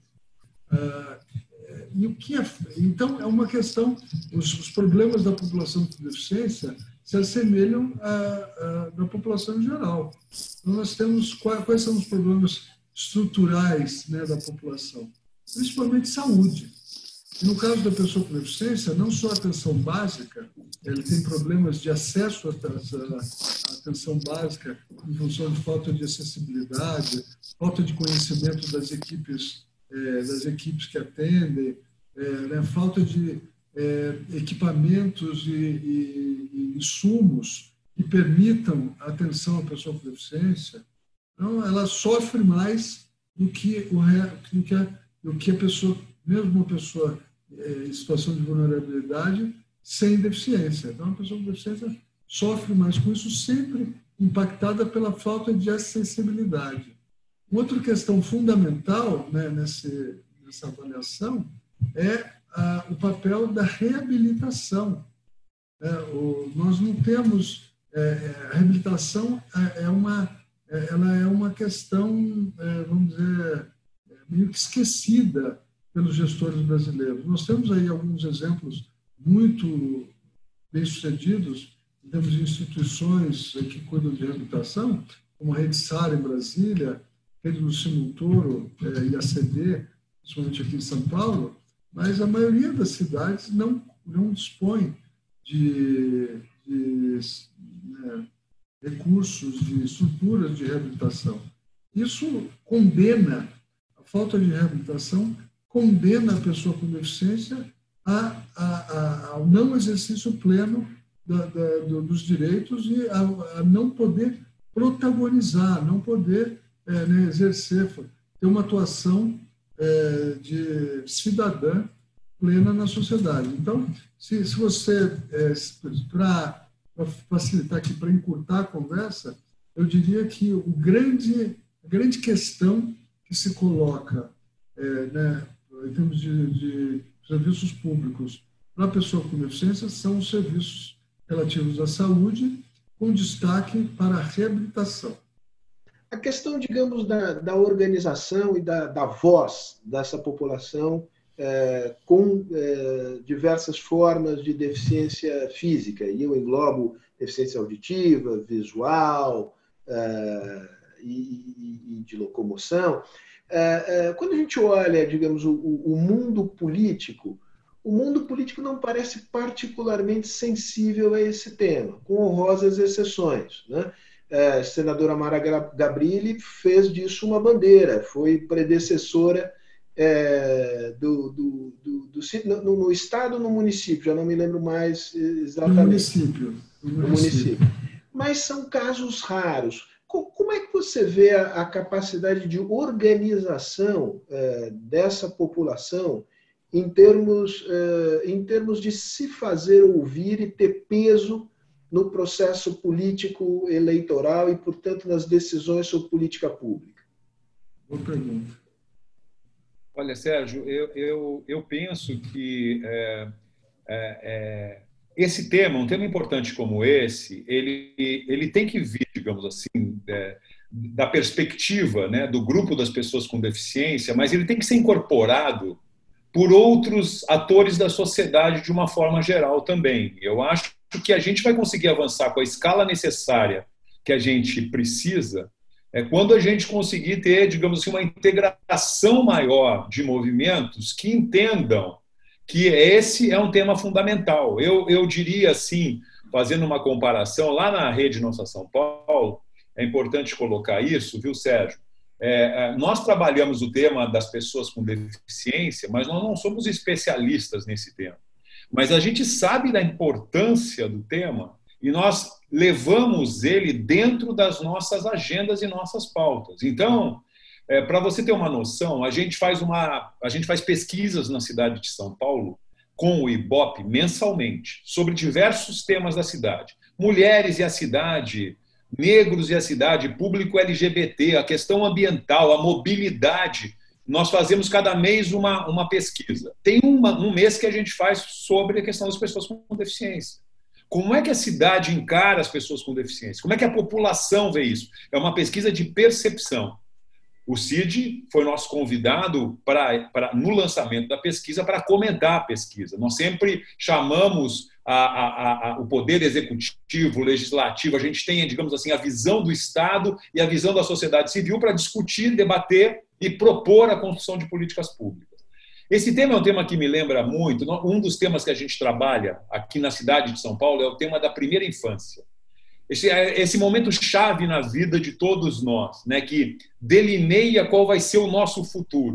Então, é uma questão, os problemas da população com deficiência se assemelham da população em geral. Então, nós temos quais são os problemas estruturais, né, da população? Principalmente saúde. E no caso da pessoa com deficiência, não só a atenção básica, ele tem problemas de acesso à atenção básica em função de falta de acessibilidade, falta de conhecimento das equipes das equipes que atendem, né, falta de equipamentos e insumos que permitam a atenção à pessoa com deficiência, então ela sofre mais do que a pessoa, mesmo uma pessoa em situação de vulnerabilidade sem deficiência. Então, a pessoa com deficiência sofre mais com isso, sempre impactada pela falta de acessibilidade. Outra questão fundamental, né, nessa avaliação é o papel da reabilitação. Nós não temos... a reabilitação ela é uma questão, vamos dizer, meio que esquecida pelos gestores brasileiros. Nós temos aí alguns exemplos muito bem-sucedidos, temos instituições que cuidam de reabilitação, como a Rede SAR em Brasília, a Rede Luci Montoro e a CD, principalmente aqui em São Paulo, mas a maioria das cidades não dispõe de recursos, de estruturas de reabilitação. Isso condena, a falta de reabilitação condena a pessoa com deficiência ao não exercício pleno dos direitos e a não poder protagonizar, não poder exercer, ter uma atuação de cidadã plena na sociedade. Então, se você, para facilitar aqui, para encurtar a conversa, eu diria que a grande questão que se coloca em termos de serviços públicos para a pessoa com deficiência são os serviços relativos à saúde, com destaque para a reabilitação. A questão, digamos, da organização e da voz dessa população com diversas formas de deficiência física, e eu englobo deficiência auditiva, visual e de locomoção. Quando a gente olha, digamos, o mundo político não parece particularmente sensível a esse tema, com honrosas exceções, né? A senadora Mara Gabrilli fez disso uma bandeira, foi predecessora no estado ou no município, já não me lembro mais exatamente. No município. Mas são casos raros. Como é que você vê a capacidade de organização dessa população em termos de se fazer ouvir e ter peso no processo político eleitoral e, portanto, nas decisões sobre política pública? Boa pergunta. Olha, Sérgio, eu penso que esse tema, um tema importante como esse, ele tem que vir, digamos assim, da perspectiva, né, do grupo das pessoas com deficiência, mas ele tem que ser incorporado por outros atores da sociedade de uma forma geral também. Eu acho que a gente vai conseguir avançar com a escala necessária que a gente precisa quando a gente conseguir ter, digamos assim, uma integração maior de movimentos que entendam que esse é um tema fundamental. Eu diria assim, fazendo uma comparação, lá na Rede Nossa São Paulo, é importante colocar isso, viu, Sérgio? Nós trabalhamos o tema das pessoas com deficiência, mas nós não somos especialistas nesse tema. Mas a gente sabe da importância do tema e nós levamos ele dentro das nossas agendas e nossas pautas. Então, para você ter uma noção, a gente faz pesquisas na cidade de São Paulo com o Ibope mensalmente sobre diversos temas da cidade. Mulheres e a cidade, negros e a cidade, público LGBT, a questão ambiental, a mobilidade. Nós fazemos cada mês uma pesquisa. Tem um mês que a gente faz sobre a questão das pessoas com deficiência. Como é que a cidade encara as pessoas com deficiência? Como é que a população vê isso? É uma pesquisa de percepção. O Cid foi nosso convidado no lançamento da pesquisa para comentar a pesquisa. Nós sempre chamamos o poder executivo, o legislativo, a gente tem, digamos assim, a visão do Estado e a visão da sociedade civil para discutir, debater e propor a construção de políticas públicas. Esse tema é um tema que me lembra muito. Um dos temas que a gente trabalha aqui na cidade de São Paulo é o tema da primeira infância. Esse momento chave na vida de todos nós, né, que delineia qual vai ser o nosso futuro.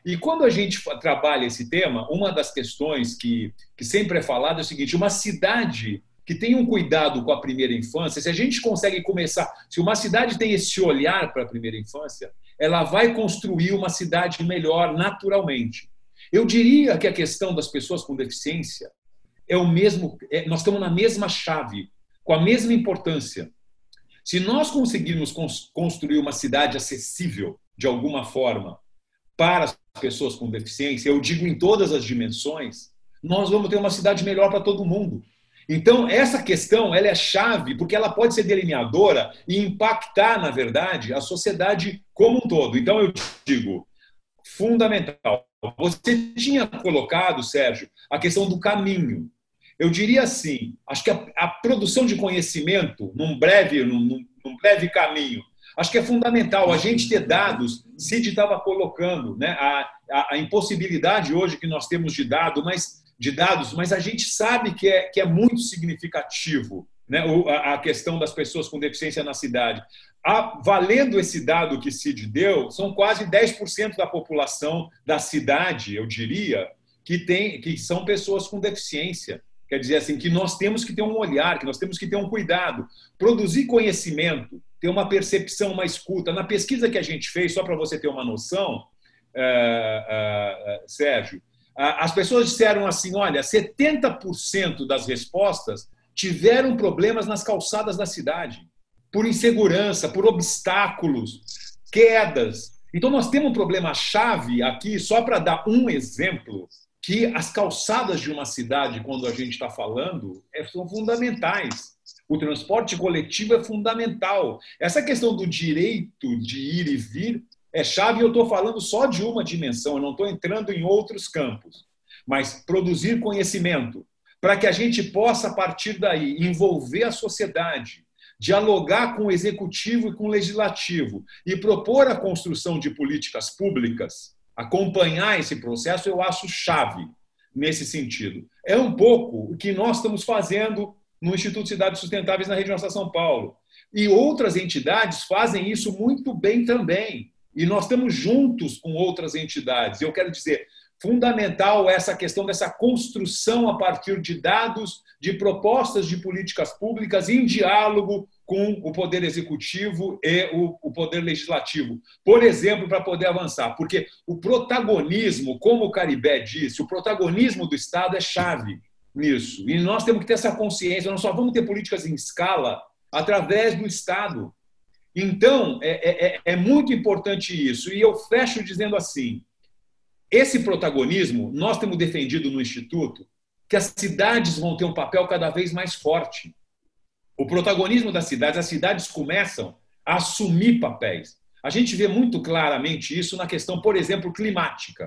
E quando a gente trabalha esse tema, uma das questões que sempre é falada é o seguinte: uma cidade que tem um cuidado com a primeira infância, se a gente consegue começar, se uma cidade tem esse olhar para a primeira infância, ela vai construir uma cidade melhor naturalmente. Eu diria que a questão das pessoas com deficiência é o mesmo, nós estamos na mesma chave, com a mesma importância. Se nós conseguirmos construir uma cidade acessível, de alguma forma, para as pessoas com deficiência, eu digo em todas as dimensões, nós vamos ter uma cidade melhor para todo mundo. Então, essa questão ela é chave, porque ela pode ser delineadora e impactar, na verdade, a sociedade como um todo. Então, eu digo, fundamental. Você tinha colocado, Sérgio, a questão do caminho. Eu diria assim, acho que a produção de conhecimento, num breve caminho, acho que é fundamental a gente ter dados. Cid estava colocando, né, a impossibilidade hoje que nós temos de dados, mas a gente sabe que é muito significativo, né, a questão das pessoas com deficiência na cidade. Valendo esse dado que Cid deu, são quase 10% da população da cidade, eu diria, que são pessoas com deficiência. Quer dizer assim, que nós temos que ter um olhar, que nós temos que ter um cuidado. Produzir conhecimento, ter uma percepção, uma escuta. Na pesquisa que a gente fez, só para você ter uma noção, Sérgio, as pessoas disseram assim, olha, 70% das respostas tiveram problemas nas calçadas da cidade, por insegurança, por obstáculos, quedas. Então, nós temos um problema-chave aqui, só para dar um exemplo, que as calçadas de uma cidade, quando a gente está falando, são fundamentais. O transporte coletivo é fundamental. Essa questão do direito de ir e vir é chave, e eu estou falando só de uma dimensão, eu não estou entrando em outros campos. Mas produzir conhecimento, para que a gente possa, a partir daí, envolver a sociedade, dialogar com o executivo e com o legislativo e propor a construção de políticas públicas, acompanhar esse processo, eu acho chave nesse sentido. É um pouco o que nós estamos fazendo no Instituto Cidades Sustentáveis na região de São Paulo. E outras entidades fazem isso muito bem também. E nós estamos juntos com outras entidades. Eu quero dizer, fundamental essa questão dessa construção a partir de dados, de propostas de políticas públicas em diálogo com o Poder Executivo e o Poder Legislativo. Por exemplo, para poder avançar. Porque o protagonismo, como o Caribé disse, o protagonismo do Estado é chave nisso. E nós temos que ter essa consciência. Nós só vamos ter políticas em escala através do Estado. Então, é muito importante isso. E eu fecho dizendo assim, esse protagonismo, nós temos defendido no Instituto que as cidades vão ter um papel cada vez mais forte. O protagonismo das cidades, as cidades começam a assumir papéis. A gente vê muito claramente isso na questão, por exemplo, climática.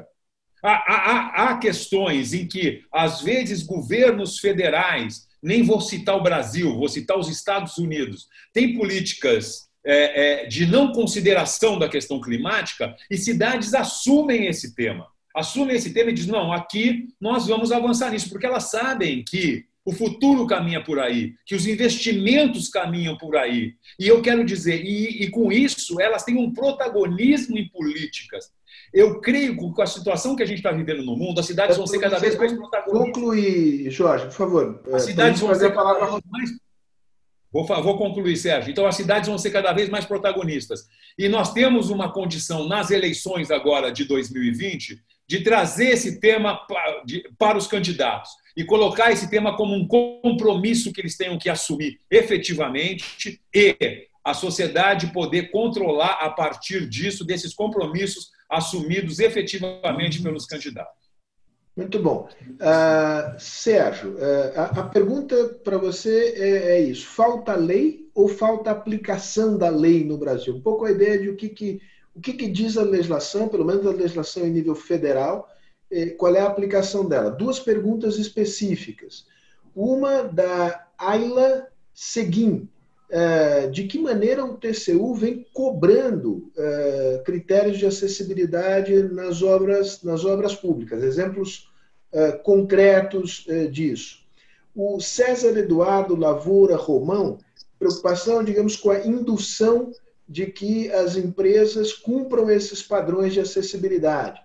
Há questões em que, às vezes, governos federais, nem vou citar o Brasil, vou citar os Estados Unidos, têm políticas de não consideração da questão climática e cidades assumem esse tema. Assumem esse tema e dizem, não, aqui nós vamos avançar nisso, porque elas sabem que o futuro caminha por aí, que os investimentos caminham por aí. E eu quero dizer, e com isso elas têm um protagonismo em políticas. Eu creio que com a situação que a gente está vivendo no mundo, as cidades vão ser cada vez mais protagonistas. Concluir, Jorge, por favor. As cidades vão ser cada vez mais... Vou concluir, Sérgio. Então, as cidades vão ser cada vez mais protagonistas. E nós temos uma condição nas eleições agora de 2020 de trazer esse tema para os candidatos e colocar esse tema como um compromisso que eles tenham que assumir efetivamente e a sociedade poder controlar a partir disso, desses compromissos assumidos efetivamente pelos candidatos. Muito bom. Sérgio, a pergunta para você é isso. Falta lei ou falta aplicação da lei no Brasil? Um pouco a ideia de o que diz a legislação, pelo menos a legislação em nível federal, qual é a aplicação dela. Duas perguntas específicas. Uma da Ayla Seguin. De que maneira o TCU vem cobrando critérios de acessibilidade nas obras públicas, exemplos concretos disso. O César Eduardo Lavoura Romão, preocupação, digamos, com a indução de que as empresas cumpram esses padrões de acessibilidade.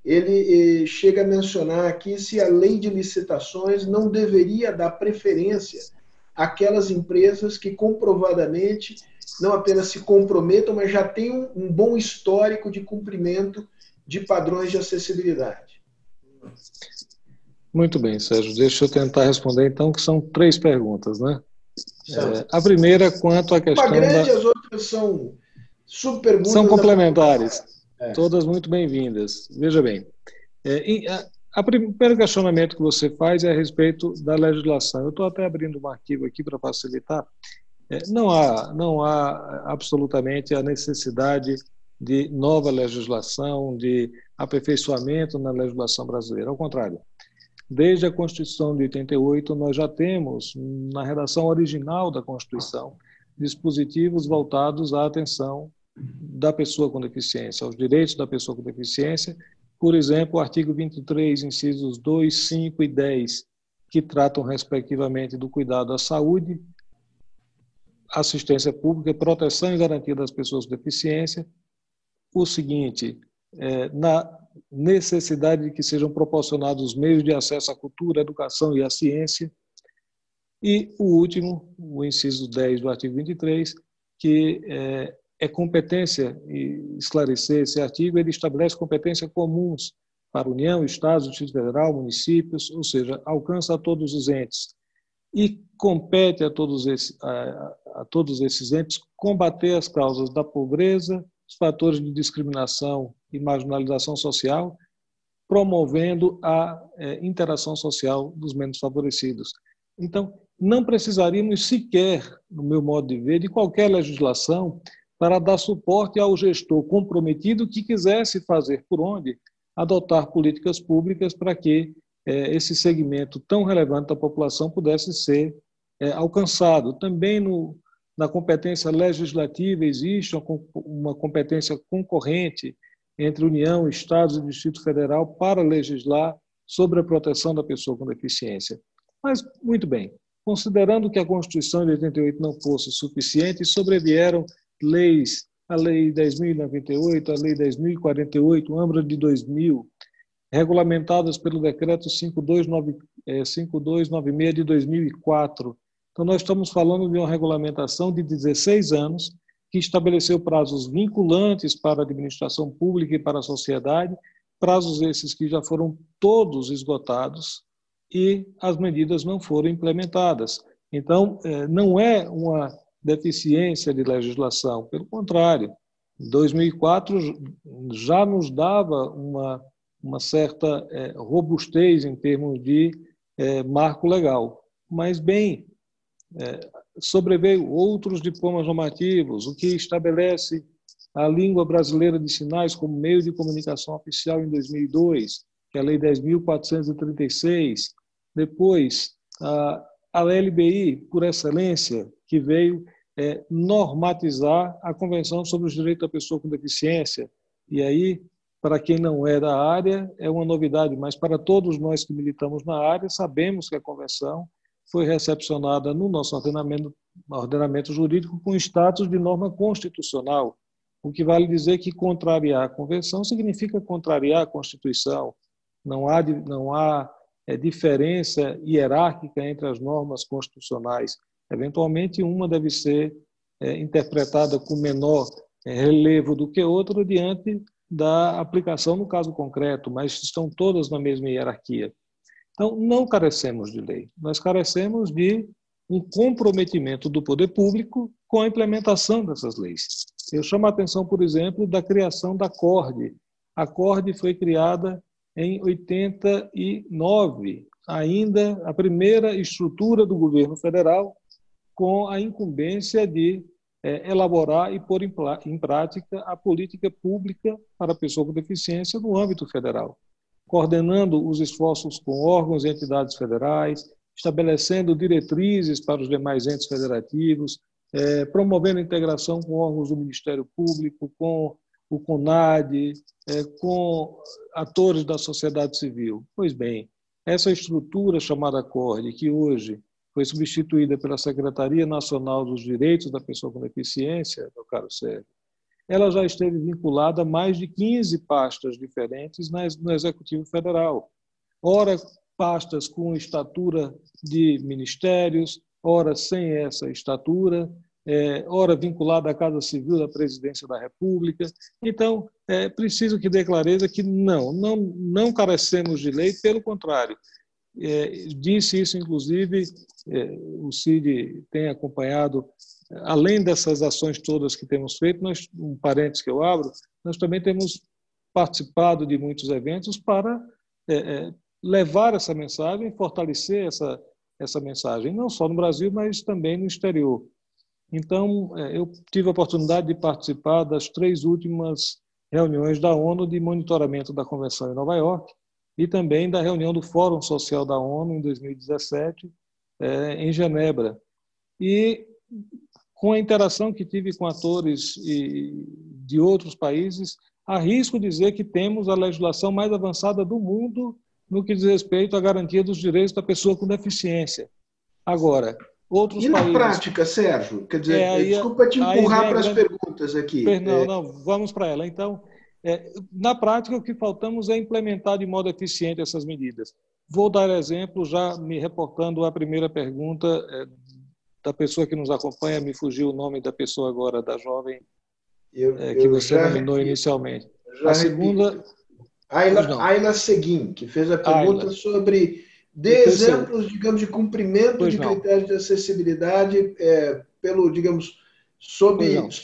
ele chega a mencionar aqui se a lei de licitações não deveria dar preferência àquelas empresas que comprovadamente não apenas se comprometam, mas já tenham um bom histórico de cumprimento de padrões de acessibilidade. Muito bem, Sérgio. Deixa eu tentar responder, então, que são 3 perguntas, né? A primeira, quanto à questão as outras são subperguntas. São complementares, todas muito bem-vindas. Veja bem, o primeiro questionamento que você faz é a respeito da legislação. Eu estou até abrindo um arquivo aqui para facilitar. Não há absolutamente a necessidade de nova legislação, de aperfeiçoamento na legislação brasileira. Ao contrário, desde a Constituição de 88, nós já temos, na redação original da Constituição, dispositivos voltados à atenção da pessoa com deficiência, aos direitos da pessoa com deficiência. Por exemplo, o artigo 23, incisos 2, 5 e 10, que tratam, respectivamente, do cuidado à saúde, assistência pública, proteção e garantia das pessoas com deficiência. O seguinte, na necessidade de que sejam proporcionados meios de acesso à cultura, à educação e à ciência. E o último, o inciso 10 do artigo 23, que é competência, e esclarecer esse artigo, ele estabelece competências comuns para a União, Estados, Distrito Federal, municípios, ou seja, alcança a todos os entes. E compete a todos esses entes combater as causas da pobreza, os fatores de discriminação e marginalização social, promovendo a interação social dos menos favorecidos. Então, não precisaríamos sequer, no meu modo de ver, de qualquer legislação para dar suporte ao gestor comprometido que quisesse fazer por onde adotar políticas públicas para que esse segmento tão relevante da população pudesse ser alcançado. Também na competência legislativa existe uma competência concorrente entre União, Estados e Distrito Federal para legislar sobre a proteção da pessoa com deficiência. Mas, muito bem, considerando que a Constituição de 88 não fosse suficiente, sobrevieram leis, a Lei 10.098, a Lei 10.048, o AMBRA de 2000, regulamentadas pelo Decreto 5296 de 2004. Então, nós estamos falando de uma regulamentação de 16 anos, que estabeleceu prazos vinculantes para a administração pública e para a sociedade, prazos esses que já foram todos esgotados e as medidas não foram implementadas. Então, não é uma deficiência de legislação, pelo contrário, 2004 já nos dava uma certa robustez em termos de marco legal. Mas, bem, sobreveio outros diplomas normativos, o que estabelece a língua brasileira de sinais como meio de comunicação oficial em 2002, que é a Lei 10.436. Depois, a LBI, por excelência, que veio normatizar a Convenção sobre os Direitos da Pessoa com Deficiência. E aí, para quem não é da área, é uma novidade, mas para todos nós que militamos na área, sabemos que a Convenção foi recepcionada no nosso ordenamento jurídico com status de norma constitucional, o que vale dizer que contrariar a Convenção significa contrariar a Constituição. Não há diferença hierárquica entre as normas constitucionais. Eventualmente, uma deve ser interpretada com menor relevo do que outra diante da aplicação no caso concreto, mas estão todas na mesma hierarquia. Então, não carecemos de lei, nós carecemos de um comprometimento do poder público com a implementação dessas leis. Eu chamo a atenção, por exemplo, da criação da CORDE. A CORDE foi criada em 89, ainda a primeira estrutura do governo federal, com a incumbência de elaborar e pôr em prática a política pública para a pessoa com deficiência no âmbito federal, coordenando os esforços com órgãos e entidades federais, estabelecendo diretrizes para os demais entes federativos, promovendo a integração com órgãos do Ministério Público, com o CONAD, com atores da sociedade civil. Pois bem, essa estrutura chamada CORDE, que hoje foi substituída pela Secretaria Nacional dos Direitos da Pessoa com Deficiência, meu caro Sérgio, ela já esteve vinculada a mais de 15 pastas diferentes no Executivo Federal. Ora, pastas com estatura de ministérios, ora sem essa estatura, ora vinculada à Casa Civil da Presidência da República. Então, é preciso que dê clareza que não carecemos de lei, pelo contrário. Disse isso, inclusive, o Cid tem acompanhado, além dessas ações todas que temos feito, um parênteses que eu abro, nós também temos participado de muitos eventos para levar essa mensagem, fortalecer essa mensagem, não só no Brasil, mas também no exterior. Então, eu tive a oportunidade de participar das 3 últimas reuniões da ONU de monitoramento da Convenção em Nova York e também da reunião do Fórum Social da ONU em 2017, em Genebra. E com a interação que tive com atores de outros países, arrisco dizer que temos a legislação mais avançada do mundo no que diz respeito à garantia dos direitos da pessoa com deficiência. Agora, outros países... E na prática, Sérgio? Quer dizer, desculpa te empurrar para as perguntas aqui. Não, vamos para ela. Então, na prática, o que faltamos é implementar de modo eficiente essas medidas. Vou dar exemplo, já me reportando à primeira pergunta da pessoa que nos acompanha, me fugiu o nome da pessoa agora, da jovem, que você nominou inicialmente. A segunda... Ayla Seguin, que fez a pergunta sobre exemplos, digamos, de cumprimento de critérios de acessibilidade pelo, digamos, sob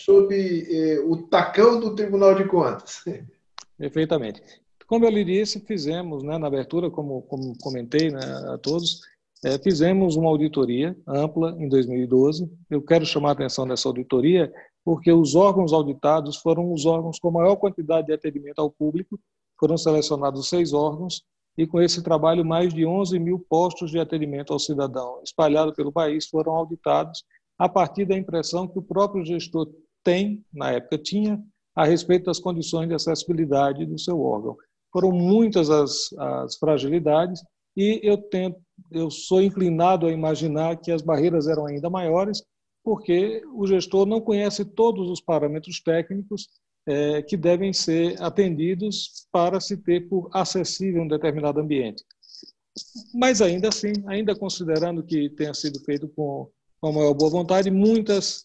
o tacão do Tribunal de Contas. Perfeitamente. Como eu lhe disse, fizemos, na abertura, como comentei, a todos, fizemos uma auditoria ampla em 2012. Eu quero chamar a atenção dessa auditoria porque os órgãos auditados foram os órgãos com maior quantidade de atendimento ao público. Foram selecionados 6 órgãos e, com esse trabalho, mais de 11 mil postos de atendimento ao cidadão espalhados pelo país foram auditados a partir da impressão que o próprio gestor tinha, a respeito das condições de acessibilidade do seu órgão. Foram muitas as fragilidades e eu sou inclinado a imaginar que as barreiras eram ainda maiores, porque o gestor não conhece todos os parâmetros técnicos que devem ser atendidos para se ter por acessível um determinado ambiente. Mas ainda assim, ainda considerando que tenha sido feito com a maior boa vontade, muitas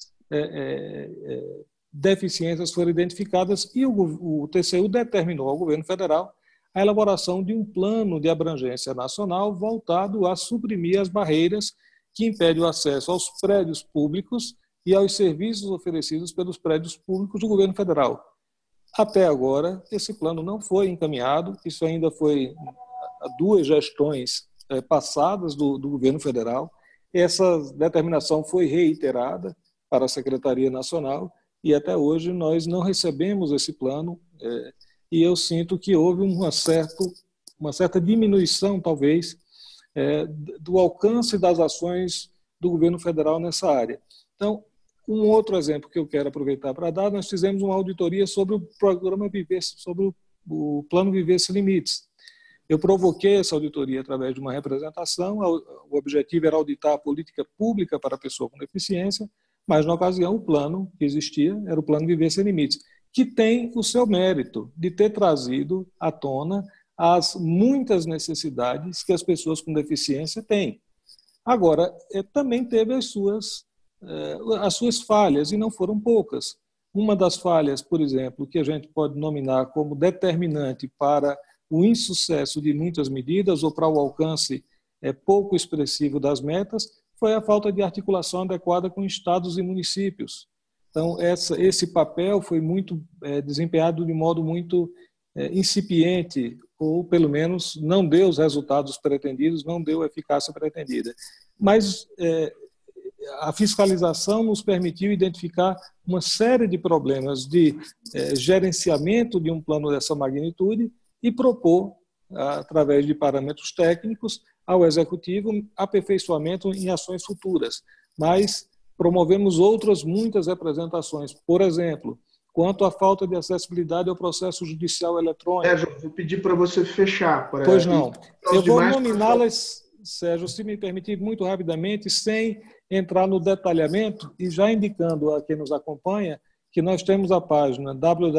deficiências foram identificadas e o TCU determinou ao governo federal a elaboração de um plano de abrangência nacional voltado a suprimir as barreiras que impedem o acesso aos prédios públicos e aos serviços oferecidos pelos prédios públicos do governo federal. Até agora, esse plano não foi encaminhado, isso ainda foi a 2 gestões passadas do governo federal. Essa determinação foi reiterada para a Secretaria Nacional e até hoje nós não recebemos esse plano e eu sinto que houve uma certa diminuição, talvez, do alcance das ações do governo federal nessa área. Então, um outro exemplo que eu quero aproveitar para dar, nós fizemos uma auditoria sobre o programa sobre o Plano Viver Sem Limites. Eu provoquei essa auditoria através de uma representação, o objetivo era auditar a política pública para a pessoa com deficiência, mas, na ocasião, o plano que existia era o Plano Viver Sem Limites, que tem o seu mérito de ter trazido à tona as muitas necessidades que as pessoas com deficiência têm. Agora, também teve as suas falhas, e não foram poucas. Uma das falhas, por exemplo, que a gente pode nominar como determinante para o insucesso de muitas medidas ou para o alcance pouco expressivo das metas, foi a falta de articulação adequada com estados e municípios. Então, esse papel foi desempenhado de modo muito incipiente, ou pelo menos não deu os resultados pretendidos, não deu a eficácia pretendida. Mas a fiscalização nos permitiu identificar uma série de problemas de gerenciamento de um plano dessa magnitude e propor, através de parâmetros técnicos, ao Executivo aperfeiçoamento em ações futuras. Mas promovemos outras muitas representações. Por exemplo, quanto à falta de acessibilidade ao processo judicial eletrônico. Sérgio, vou pedir para você fechar. Pois não. Eu vou nominá-las, Sérgio, se me permitir, muito rapidamente, sem entrar no detalhamento, e já indicando a quem nos acompanha que nós temos a página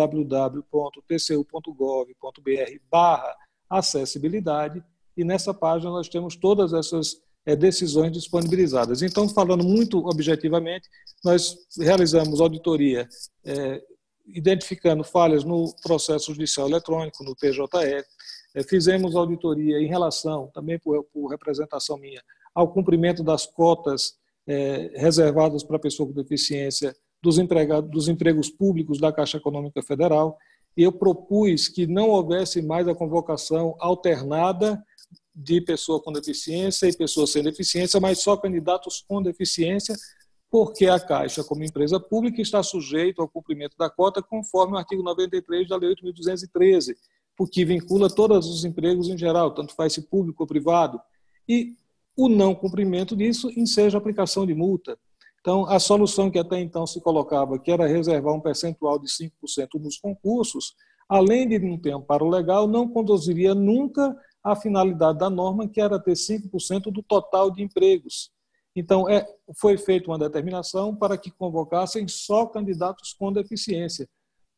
www.tcu.gov.br/acessibilidade, e nessa página nós temos todas essas decisões disponibilizadas. Então, falando muito objetivamente, nós realizamos auditoria identificando falhas no processo judicial eletrônico, no PJE, fizemos auditoria em relação, também por representação minha, ao cumprimento das cotas reservadas para a pessoa com deficiência dos empregos públicos da Caixa Econômica Federal, e eu propus que não houvesse mais a convocação alternada de pessoa com deficiência e pessoa sem deficiência, mas só candidatos com deficiência, porque a Caixa, como empresa pública, está sujeita ao cumprimento da cota conforme o artigo 93 da Lei 8.213, porque vincula todos os empregos em geral, tanto faz se público ou privado, e o não cumprimento disso enseja a aplicação de multa. Então, a solução que até então se colocava, que era reservar um percentual de 5% nos concursos, além de não ter amparo legal, não conduziria nunca à finalidade da norma, que era ter 5% do total de empregos. Então, foi feita uma determinação para que convocassem só candidatos com deficiência.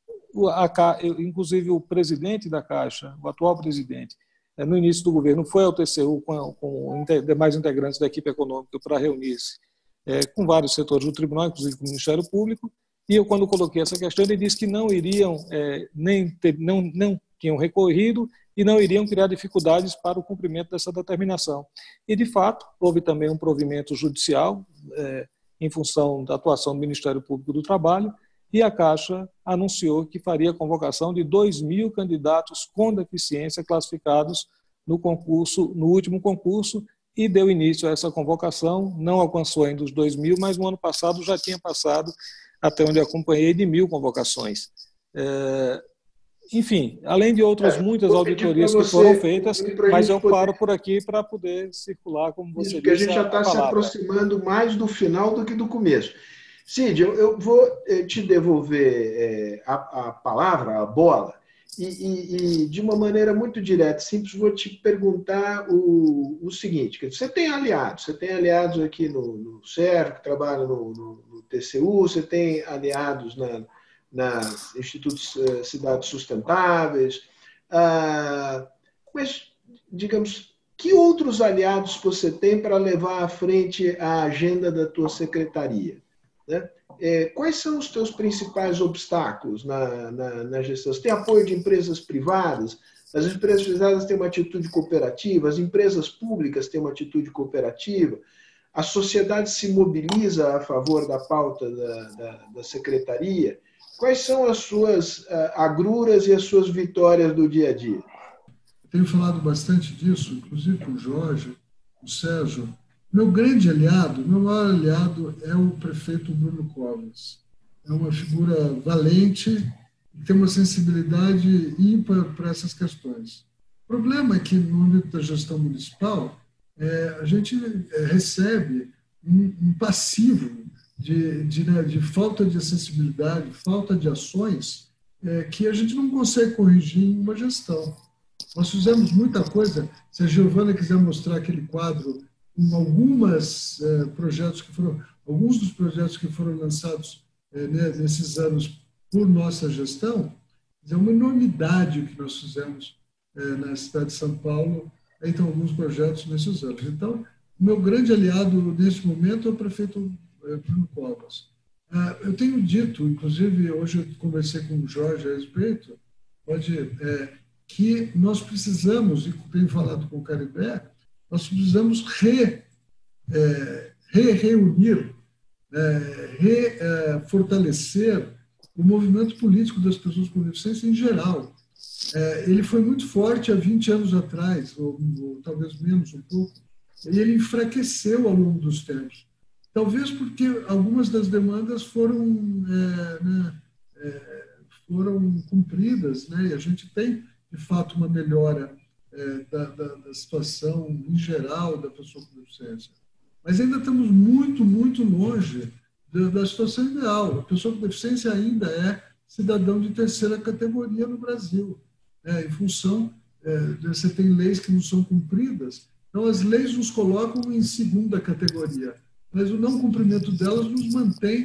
Inclusive, o presidente da Caixa, o atual presidente, no início do governo, foi ao TCU com demais integrantes da equipe econômica para reunir-se com vários setores do tribunal, inclusive com o Ministério Público, e eu, quando coloquei essa questão, ele disse que não iriam, não tinham recorrido e não iriam criar dificuldades para o cumprimento dessa determinação. E, de fato, houve também um provimento judicial em função da atuação do Ministério Público do Trabalho, e a Caixa anunciou que faria a convocação de 2.000 candidatos com deficiência classificados no último concurso, e deu início a essa convocação. Não alcançou ainda os 2.000, mas no ano passado já tinha passado, até onde acompanhei, de 1.000 convocações. Enfim, além de outras muitas auditorias que foram feitas, mas eu paro por aqui para poder circular, como você disse. Porque a gente já está se aproximando mais do final do que do começo. Cid, eu vou te devolver a palavra, a bola, e de uma maneira muito direta, simples, vou te perguntar o seguinte: você tem aliados aqui no SERJ, que trabalham no TCU, você tem aliados nas Institutos Cidades Sustentáveis, mas, digamos, que outros aliados você tem para levar à frente a agenda da tua secretaria? Né? Quais são os teus principais obstáculos na gestão? Você tem apoio de empresas privadas? As empresas privadas têm uma atitude cooperativa, as empresas públicas têm uma atitude cooperativa, a sociedade se mobiliza a favor da pauta da secretaria. Quais são as suas agruras e as suas vitórias do dia a dia? Tenho falado bastante disso, inclusive com o Jorge, com o Sérgio. Meu maior aliado é o prefeito Bruno Covas. É uma figura valente e tem uma sensibilidade ímpar para essas questões. O problema é que, no âmbito da gestão municipal, a gente recebe um passivo de falta de acessibilidade, falta de ações, que a gente não consegue corrigir em uma gestão. Nós fizemos muita coisa. Se a Giovana quiser mostrar aquele quadro com alguns dos projetos que foram lançados nesses anos por nossa gestão, é uma enormidade o que nós fizemos na cidade de São Paulo. Então, alguns projetos nesses anos. Então, o meu grande aliado neste momento é o prefeito Bruno Covas. Eu tenho dito, inclusive hoje eu conversei com o Jorge a respeito, que nós precisamos, e tenho falado com o Caribé, nós precisamos reunir, fortalecer o movimento político das pessoas com deficiência em geral. Ele foi muito forte há 20 anos atrás, ou talvez menos um pouco, e ele enfraqueceu ao longo dos tempos. Talvez porque algumas das demandas foram cumpridas, né? E a gente tem, de fato, uma melhora da situação em geral da pessoa com deficiência. Mas ainda estamos muito, muito longe da situação ideal. A pessoa com deficiência ainda é cidadão de terceira categoria no Brasil. Em função, você tem leis que não são cumpridas, então as leis nos colocam em segunda categoria, mas o não cumprimento delas nos mantém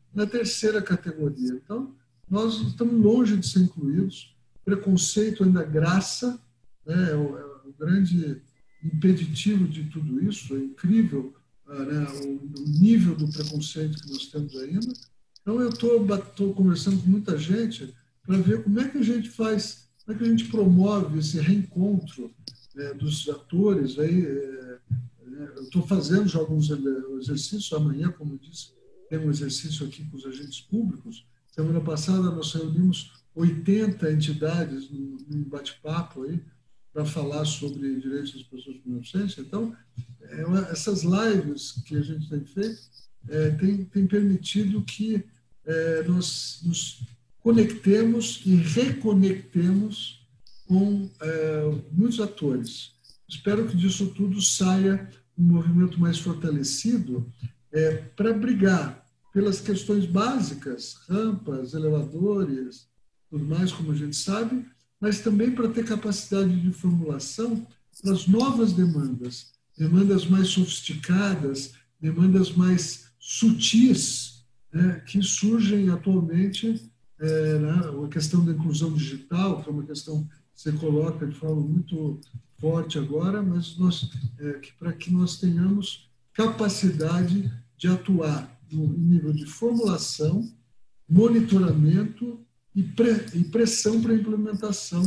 na terceira categoria. Então, nós estamos longe de ser incluídos. Preconceito ainda graça, né, é o grande impeditivo de tudo isso. É incrível, né, o nível do preconceito que nós temos ainda. Então, eu estou conversando com muita gente para ver como é que a gente faz, como é que a gente promove esse reencontro dos atores. Aí, eu estou fazendo já alguns exercícios. Amanhã, como eu disse, tem um exercício aqui com os agentes públicos. Semana passada, nós reunimos 80 entidades num bate-papo aí para falar sobre direitos das pessoas com deficiência. Então, essas lives que a gente tem feito tem permitido que nós nos conectemos e reconectemos com muitos atores. Espero que disso tudo saia um movimento mais fortalecido para brigar pelas questões básicas, rampas, elevadores, tudo mais, como a gente sabe, mas também para ter capacidade de formulação para as novas demandas, demandas mais sofisticadas, demandas mais sutis, que surgem atualmente, a questão da inclusão digital, que é uma questão que você coloca de forma muito forte agora, mas para que nós tenhamos capacidade de atuar no nível de formulação, monitoramento e pressão para a implementação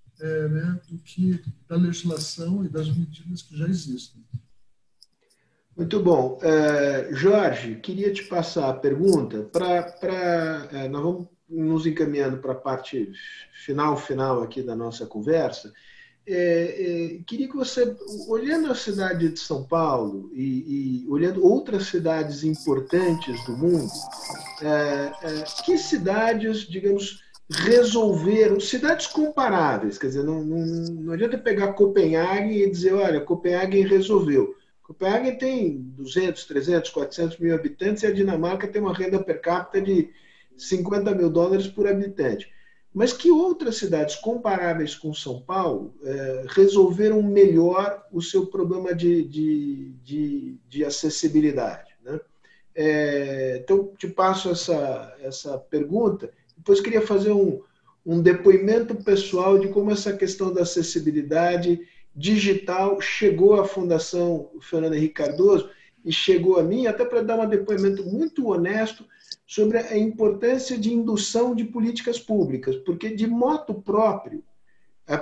da legislação e das medidas que já existem. Muito bom. Jorge, queria te passar a pergunta nós vamos nos encaminhando para a parte final aqui da nossa conversa. Queria que você, olhando a cidade de São Paulo e olhando outras cidades importantes do mundo, que cidades, digamos, resolveram, cidades comparáveis, quer dizer, não adianta pegar Copenhague e dizer, olha, Copenhague resolveu. Copenhague tem 200, 300, 400 mil habitantes e a Dinamarca tem uma renda per capita de $50 mil por habitante. Mas que outras cidades comparáveis com São Paulo resolveram melhor o seu problema de acessibilidade, né? Então, te passo essa pergunta. Depois queria fazer um depoimento pessoal de como essa questão da acessibilidade digital chegou à Fundação Fernando Henrique Cardoso e chegou a mim, até para dar um depoimento muito honesto sobre a importância de indução de políticas públicas, porque de moto próprio, a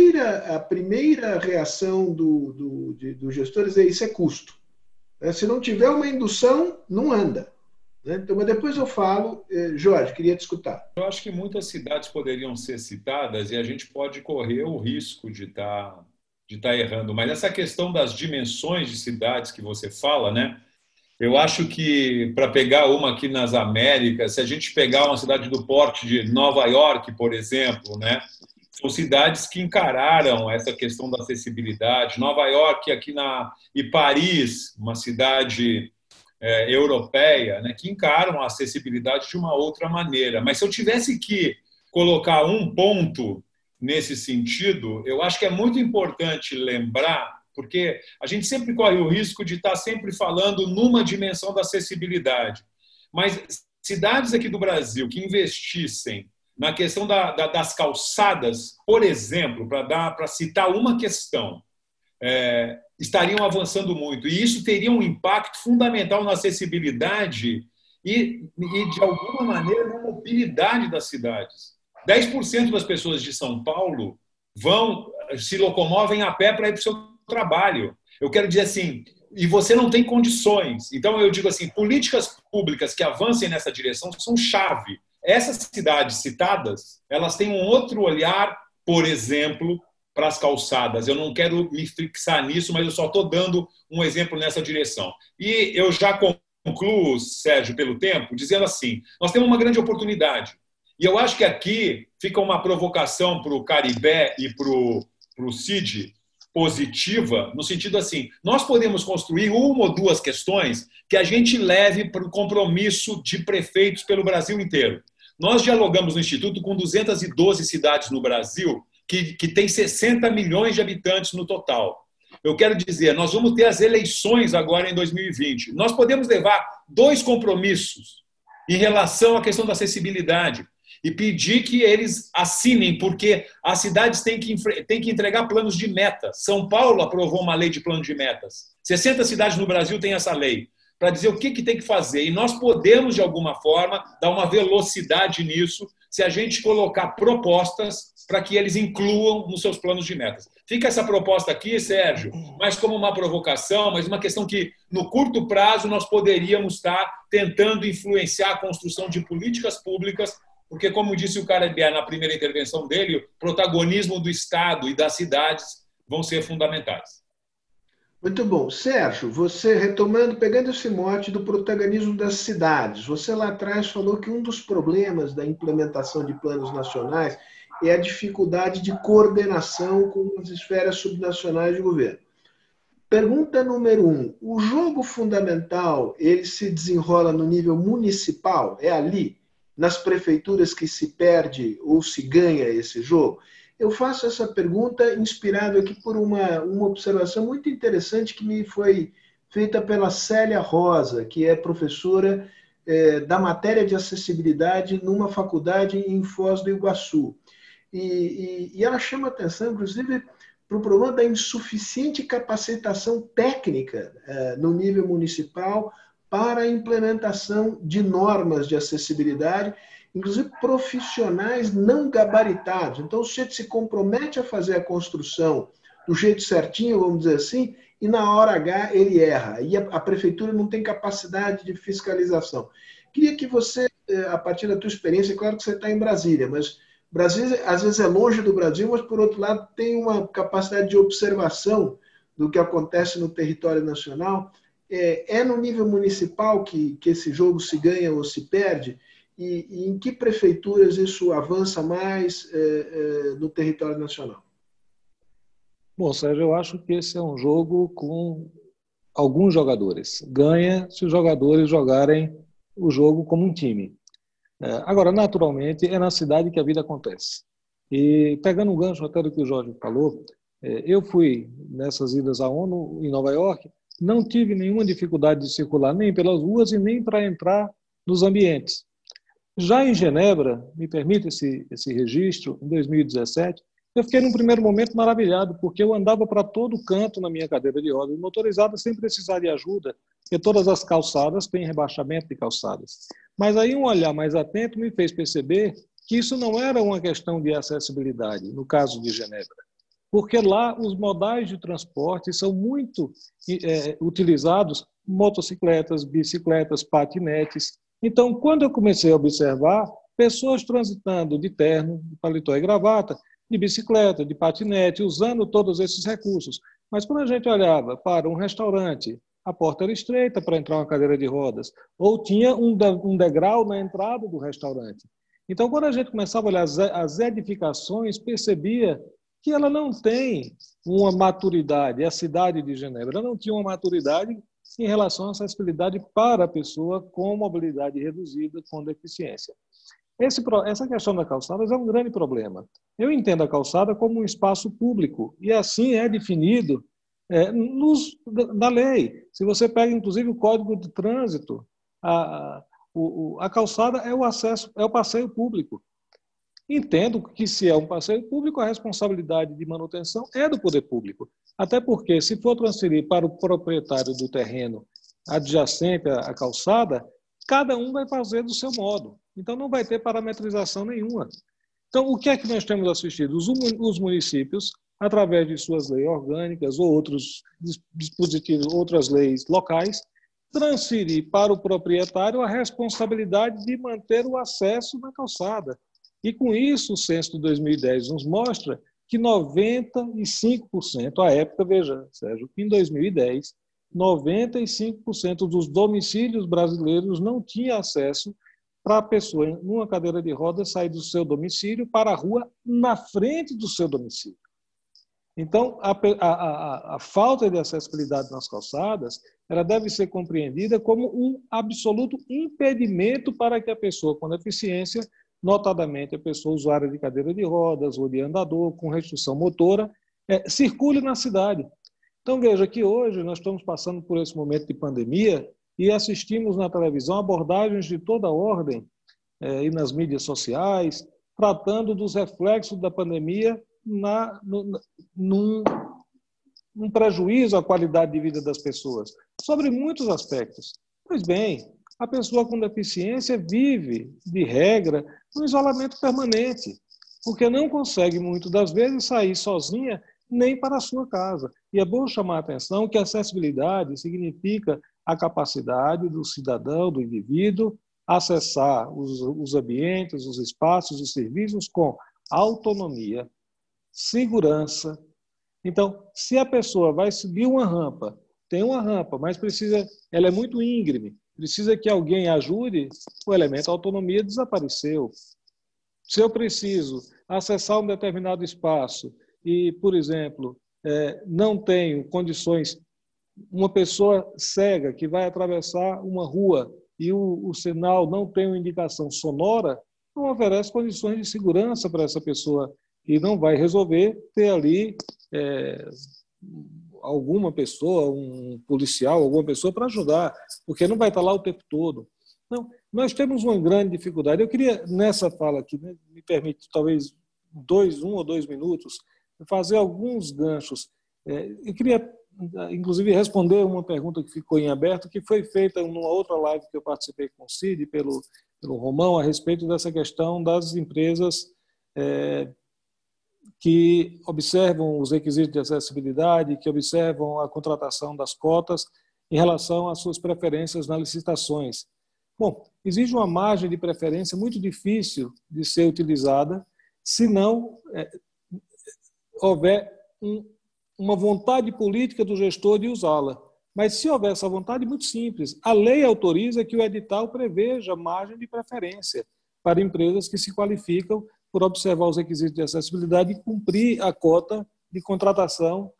primeira reação dos gestores é isso, é custo. Se não tiver uma indução, não anda. Então, mas depois eu falo. Jorge, queria te escutar. Eu acho que muitas cidades poderiam ser citadas e a gente pode correr o risco de estar errando. Mas essa questão das dimensões de cidades que você fala, né? Eu acho que, para pegar uma aqui nas Américas, se a gente pegar uma cidade do porte de Nova York, por exemplo, né? São cidades que encararam essa questão da acessibilidade. Nova York e Paris, uma cidade europeia, né, que encaram a acessibilidade de uma outra maneira. Mas se eu tivesse que colocar um ponto nesse sentido, eu acho que é muito importante lembrar, porque a gente sempre corre o risco de estar sempre falando numa dimensão da acessibilidade. Mas cidades aqui do Brasil que investissem na questão das calçadas, por exemplo, para citar uma questão, estariam avançando muito. E isso teria um impacto fundamental na acessibilidade e de alguma maneira, na mobilidade das cidades. 10% das pessoas de São Paulo se locomovem a pé para ir para o seu trabalho. Eu quero dizer assim, e você não tem condições. Então, eu digo assim, políticas públicas que avancem nessa direção são chave. Essas cidades citadas, elas têm um outro olhar, por exemplo, para as calçadas. Eu não quero me fixar nisso, mas eu só estou dando um exemplo nessa direção. E eu já concluo, Sérgio, pelo tempo, dizendo assim, nós temos uma grande oportunidade. E eu acho que aqui fica uma provocação para o Caribé e para o CID positiva, no sentido assim, nós podemos construir uma ou duas questões que a gente leve para o compromisso de prefeitos pelo Brasil inteiro. Nós dialogamos no Instituto com 212 cidades no Brasil, que tem 60 milhões de habitantes no total. Eu quero dizer, nós vamos ter as eleições agora em 2020. Nós podemos levar 2 compromissos em relação à questão da acessibilidade e pedir que eles assinem, porque as cidades têm que entregar planos de metas. São Paulo aprovou uma lei de plano de metas. 60 cidades no Brasil têm essa lei, para dizer o que tem que fazer. E nós podemos, de alguma forma, dar uma velocidade nisso, se a gente colocar propostas para que eles incluam nos seus planos de metas. Fica essa proposta aqui, Sérgio, mas como uma provocação, mas uma questão que, no curto prazo, nós poderíamos estar tentando influenciar a construção de políticas públicas, porque, como disse o Carabiá na primeira intervenção dele, o protagonismo do Estado e das cidades vão ser fundamentais. Muito bom. Sérgio, você retomando, pegando esse mote do protagonismo das cidades, você lá atrás falou que um dos problemas da implementação de planos nacionais é a dificuldade de coordenação com as esferas subnacionais de governo. Pergunta número 1. O jogo fundamental, ele se desenrola no nível municipal? É ali, nas prefeituras, que se perde ou se ganha esse jogo? Eu faço essa pergunta inspirado aqui por uma observação muito interessante que me foi feita pela Célia Rosa, que é professora da matéria de acessibilidade numa faculdade em Foz do Iguaçu. E ela chama atenção, inclusive, para o problema da insuficiente capacitação técnica no nível municipal para a implementação de normas de acessibilidade, inclusive profissionais não gabaritados. Então, o sujeito se compromete a fazer a construção do jeito certinho, vamos dizer assim, e na hora H ele erra. E a prefeitura não tem capacidade de fiscalização. Queria que você, a partir da tua experiência, claro que você está em Brasília, mas Brasília às vezes é longe do Brasil, mas por outro lado tem uma capacidade de observação do que acontece no território nacional. É no nível municipal que esse jogo se ganha ou se perde? E em que prefeituras isso avança mais no território nacional? Bom, Sérgio, eu acho que esse é um jogo com alguns jogadores. Ganha se os jogadores jogarem o jogo como um time. Agora, naturalmente, é na cidade que a vida acontece. E pegando um gancho até do que o Jorge falou, eu fui nessas idas à ONU em Nova York, não tive nenhuma dificuldade de circular nem pelas ruas e nem para entrar nos ambientes. Já em Genebra, me permite esse registro, em 2017, eu fiquei num primeiro momento maravilhado, porque eu andava para todo canto na minha cadeira de rodas motorizada sem precisar de ajuda, porque todas as calçadas têm rebaixamento de calçadas. Mas aí um olhar mais atento me fez perceber que isso não era uma questão de acessibilidade, no caso de Genebra, porque lá os modais de transporte são muito utilizados, motocicletas, bicicletas, patinetes. Então, quando eu comecei a observar pessoas transitando de terno, de paletó e gravata, de bicicleta, de patinete, usando todos esses recursos. Mas quando a gente olhava para um restaurante, a porta era estreita para entrar uma cadeira de rodas, ou tinha um degrau na entrada do restaurante. Então, quando a gente começava a olhar as edificações, percebia que ela não tem uma maturidade, a cidade de Genebra não tinha uma maturidade em relação à acessibilidade para a pessoa com mobilidade reduzida, com deficiência. Essa questão da calçada é um grande problema. Eu entendo a calçada como um espaço público, e assim é definido da lei. Se você pega, inclusive, o Código de Trânsito, a calçada é o acesso, é o passeio público. Entendo que, se é um passeio público, a responsabilidade de manutenção é do poder público. Até porque, se for transferir para o proprietário do terreno adjacente à calçada, cada um vai fazer do seu modo. Então, não vai ter parametrização nenhuma. Então, o que é que nós temos assistido? Os municípios, através de suas leis orgânicas ou outros dispositivos, outras leis locais, transferir para o proprietário a responsabilidade de manter o acesso na calçada. E, com isso, o censo de 2010 nos mostra que 95%, à época, veja, Sérgio, em 2010, 95% dos domicílios brasileiros não tinha acesso para a pessoa, numa cadeira de rodas, sair do seu domicílio para a rua na frente do seu domicílio. Então, a falta de acessibilidade nas calçadas, ela deve ser compreendida como um absoluto impedimento para que a pessoa com deficiência, notadamente a pessoa usuária de cadeira de rodas ou de andador com restrição motora, circule na cidade. Então, veja que hoje nós estamos passando por esse momento de pandemia e assistimos na televisão abordagens de toda ordem e nas mídias sociais, tratando dos reflexos da pandemia num prejuízo à qualidade de vida das pessoas, sobre muitos aspectos. Pois bem, a pessoa com deficiência vive, de regra, um isolamento permanente, porque não consegue, muitas das vezes, sair sozinha nem para a sua casa. E é bom chamar a atenção que a acessibilidade significa a capacidade do cidadão, do indivíduo, acessar os ambientes, os espaços, os serviços com autonomia, segurança. Então, se a pessoa vai subir uma rampa, tem uma rampa, mas ela é muito íngreme, precisa que alguém ajude, o elemento autonomia desapareceu. Se eu preciso acessar um determinado espaço e, por exemplo, não tenho condições, uma pessoa cega que vai atravessar uma rua e o sinal não tem uma indicação sonora, não oferece condições de segurança para essa pessoa e não vai resolver ter ali alguma pessoa, um policial, alguma pessoa para ajudar, porque não vai estar lá o tempo todo. Então, nós temos uma grande dificuldade. Eu queria, nessa fala aqui, me permite talvez 1 ou 2 minutos, fazer alguns ganchos. Eu queria, inclusive, responder uma pergunta que ficou em aberto, que foi feita numa outra live que eu participei com o Cid, pelo Romão, a respeito dessa questão das empresas que observam os requisitos de acessibilidade, que observam a contratação das cotas em relação às suas preferências nas licitações. Bom, existe uma margem de preferência muito difícil de ser utilizada se não houver uma vontade política do gestor de usá-la. Mas se houver essa vontade, muito simples. A lei autoriza que o edital preveja margem de preferência para empresas que se qualificam por observar os requisitos de acessibilidade e cumprir a cota de contratação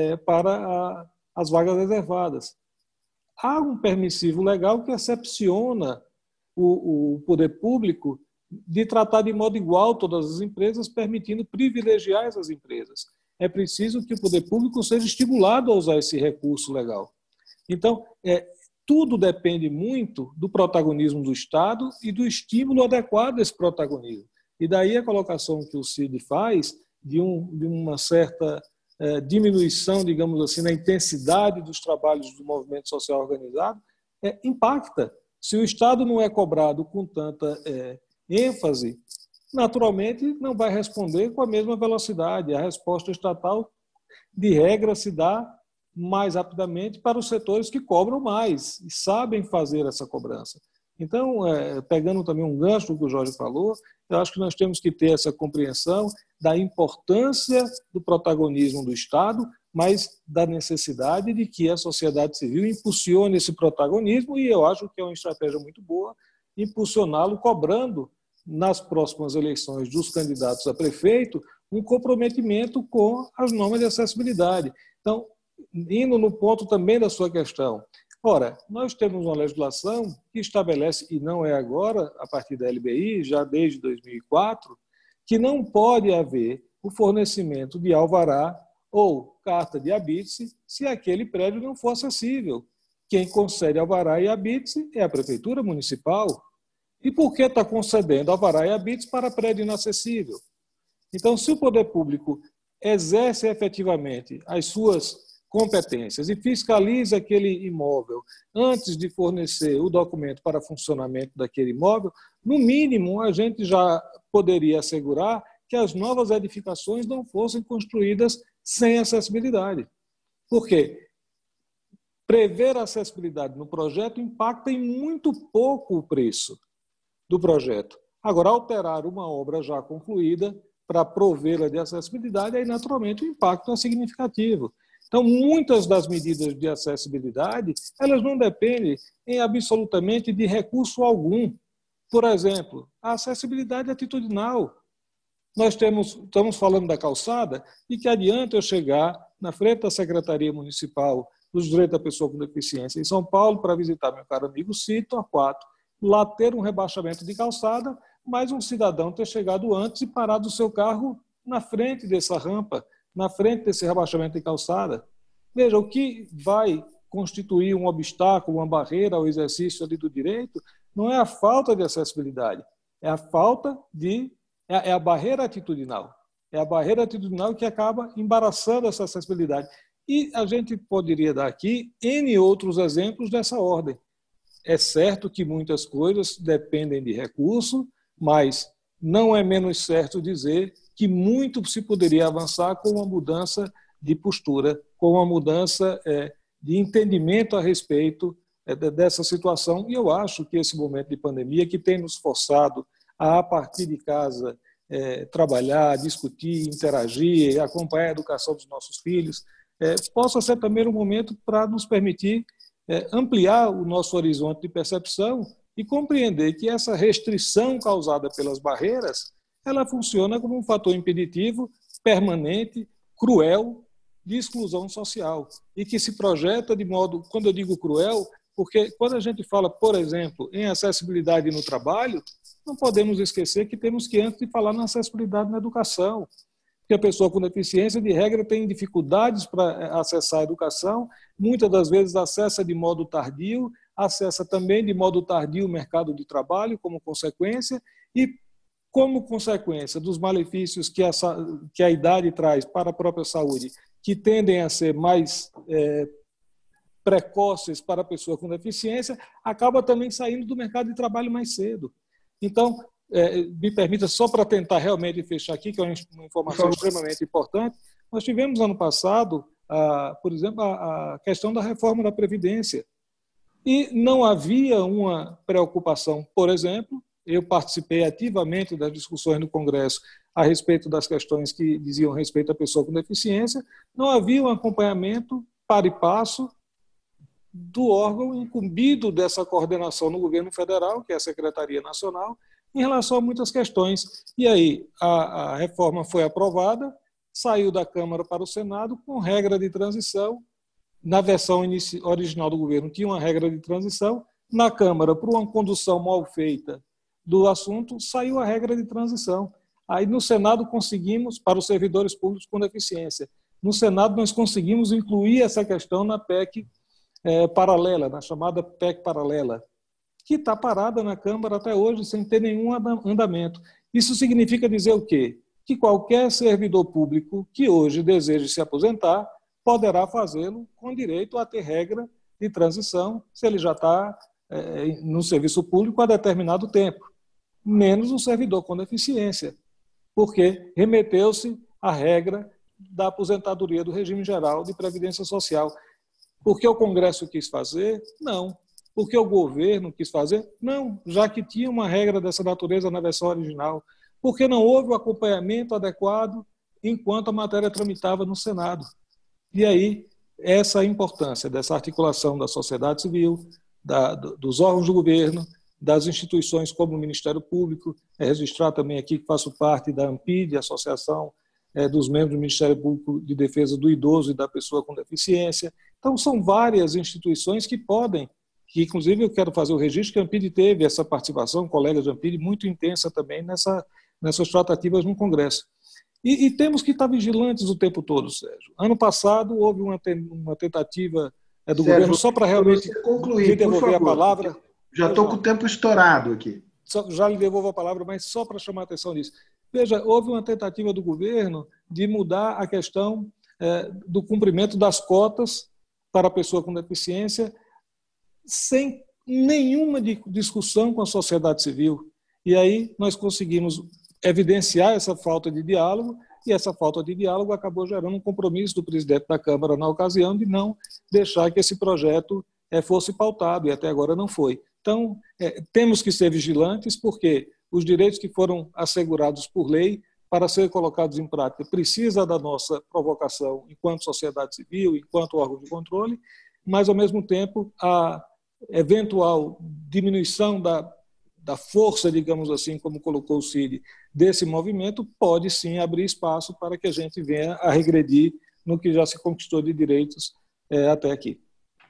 para as vagas reservadas. Há um permissivo legal que excepciona o poder público de tratar de modo igual todas as empresas, permitindo privilegiar essas empresas. É preciso que o poder público seja estimulado a usar esse recurso legal. Então, tudo depende muito do protagonismo do Estado e do estímulo adequado a esse protagonismo. E daí a colocação que o Cid faz de uma certa diminuição, digamos assim, na intensidade dos trabalhos do movimento social organizado, impacta. Se o Estado não é cobrado com tanta ênfase, naturalmente não vai responder com a mesma velocidade. A resposta estatal, de regra, se dá mais rapidamente para os setores que cobram mais e sabem fazer essa cobrança. Então, pegando também um gancho do que o Jorge falou, eu acho que nós temos que ter essa compreensão da importância do protagonismo do Estado, mas da necessidade de que a sociedade civil impulsione esse protagonismo, e eu acho que é uma estratégia muito boa impulsioná-lo, cobrando nas próximas eleições dos candidatos a prefeito um comprometimento com as normas de acessibilidade. Então, indo no ponto também da sua questão, ora, nós temos uma legislação que estabelece, e não é agora, a partir da LBI, já desde 2004, que não pode haver o fornecimento de alvará ou carta de habite-se se aquele prédio não for acessível. Quem concede alvará e habite-se é a Prefeitura Municipal. E por que está concedendo alvará e habite-se para prédio inacessível? Então, se o poder público exerce efetivamente as suas competências e fiscaliza aquele imóvel antes de fornecer o documento para funcionamento daquele imóvel, no mínimo a gente já poderia assegurar que as novas edificações não fossem construídas sem acessibilidade. Por quê? Prever a acessibilidade no projeto impacta em muito pouco o preço do projeto. Agora, alterar uma obra já concluída para provê-la de acessibilidade, aí naturalmente o impacto é significativo. Então, muitas das medidas de acessibilidade, elas não dependem absolutamente de recurso algum. Por exemplo, a acessibilidade atitudinal. Nós estamos falando da calçada e que adianta eu chegar na frente da Secretaria Municipal dos Direitos da Pessoa com Deficiência em São Paulo para visitar meu caro amigo Cito, Torquato, lá ter um rebaixamento de calçada, mas um cidadão ter chegado antes e parado o seu carro na frente dessa rampa, na frente desse rebaixamento de calçada. Veja, o que vai constituir um obstáculo, uma barreira ao exercício ali do direito, não é a falta de acessibilidade, é a falta de... é a barreira atitudinal. É a barreira atitudinal que acaba embaraçando essa acessibilidade. E a gente poderia dar aqui N outros exemplos dessa ordem. É certo que muitas coisas dependem de recurso, mas não é menos certo dizer que muito se poderia avançar com uma mudança de postura, com uma mudança de entendimento a respeito dessa situação. E eu acho que esse momento de pandemia, que tem nos forçado a partir de casa, trabalhar, discutir, interagir, acompanhar a educação dos nossos filhos, possa ser também um momento para nos permitir ampliar o nosso horizonte de percepção e compreender que essa restrição causada pelas barreiras, ela funciona como um fator impeditivo permanente, cruel, de exclusão social, e que se projeta de modo, quando eu digo cruel, porque quando a gente fala, por exemplo, em acessibilidade no trabalho, não podemos esquecer que temos que, antes de falar na acessibilidade na educação, porque a pessoa com deficiência, de regra, tem dificuldades para acessar a educação, muitas das vezes acessa de modo tardio, acessa também de modo tardio o mercado de trabalho como consequência, e como consequência dos malefícios que a idade traz para a própria saúde, que tendem a ser mais precoces para a pessoa com deficiência, acaba também saindo do mercado de trabalho mais cedo. Então, me permita, só para tentar realmente fechar aqui, que é uma informação extremamente importante, nós tivemos ano passado, por exemplo, a questão da reforma da Previdência. E não havia uma preocupação, por exemplo, eu participei ativamente das discussões no Congresso a respeito das questões que diziam respeito à pessoa com deficiência, não havia um acompanhamento para e passo do órgão incumbido dessa coordenação no governo federal, que é a Secretaria Nacional, em relação a muitas questões. E aí a reforma foi aprovada, saiu da Câmara para o Senado com regra de transição. Na versão original do governo tinha uma regra de transição, na Câmara, por uma condução mal feita do assunto, saiu a regra de transição. Aí no Senado conseguimos, para os servidores públicos com deficiência, no Senado nós conseguimos incluir essa questão na PEC paralela, na chamada PEC paralela, que está parada na Câmara até hoje sem ter nenhum andamento. Isso significa dizer o quê? Que qualquer servidor público que hoje deseje se aposentar poderá fazê-lo com direito a ter regra de transição, se ele já está no serviço público há determinado tempo, menos o servidor com deficiência, porque remeteu-se à regra da aposentadoria do regime geral de previdência social. Porque o Congresso quis fazer? Não. Porque o governo quis fazer? Não, já que tinha uma regra dessa natureza na versão original. Porque não houve o acompanhamento adequado enquanto a matéria tramitava no Senado. E aí, essa importância dessa articulação da sociedade civil, dos órgãos do governo, das instituições como o Ministério Público, registrar também aqui que faço parte da ANPID, Associação dos Membros do Ministério Público de Defesa do Idoso e da Pessoa com Deficiência. Então, são várias instituições que podem, que inclusive eu quero fazer o registro que a ANPID teve essa participação, colegas da ANPID, muito intensa também nessas tratativas no Congresso. E temos que estar vigilantes o tempo todo, Sérgio. Ano passado houve uma tentativa do Sérgio, governo, só para realmente concluir, devolver a palavra. Já estou com o tempo estourado aqui. Já lhe devolvo a palavra, mas só para chamar a atenção nisso. Veja, houve uma tentativa do governo de mudar a questão do cumprimento das cotas para a pessoa com deficiência, sem nenhuma discussão com a sociedade civil. E aí nós conseguimos evidenciar essa falta de diálogo, e essa falta de diálogo acabou gerando um compromisso do presidente da Câmara na ocasião de não deixar que esse projeto fosse pautado, e até agora não foi. Então, temos que ser vigilantes, porque os direitos que foram assegurados por lei, para serem colocados em prática, precisa da nossa provocação enquanto sociedade civil, enquanto órgão de controle, mas, ao mesmo tempo, a eventual diminuição da força, digamos assim, como colocou o Cid, desse movimento, pode sim abrir espaço para que a gente venha a regredir no que já se conquistou de direitos até aqui.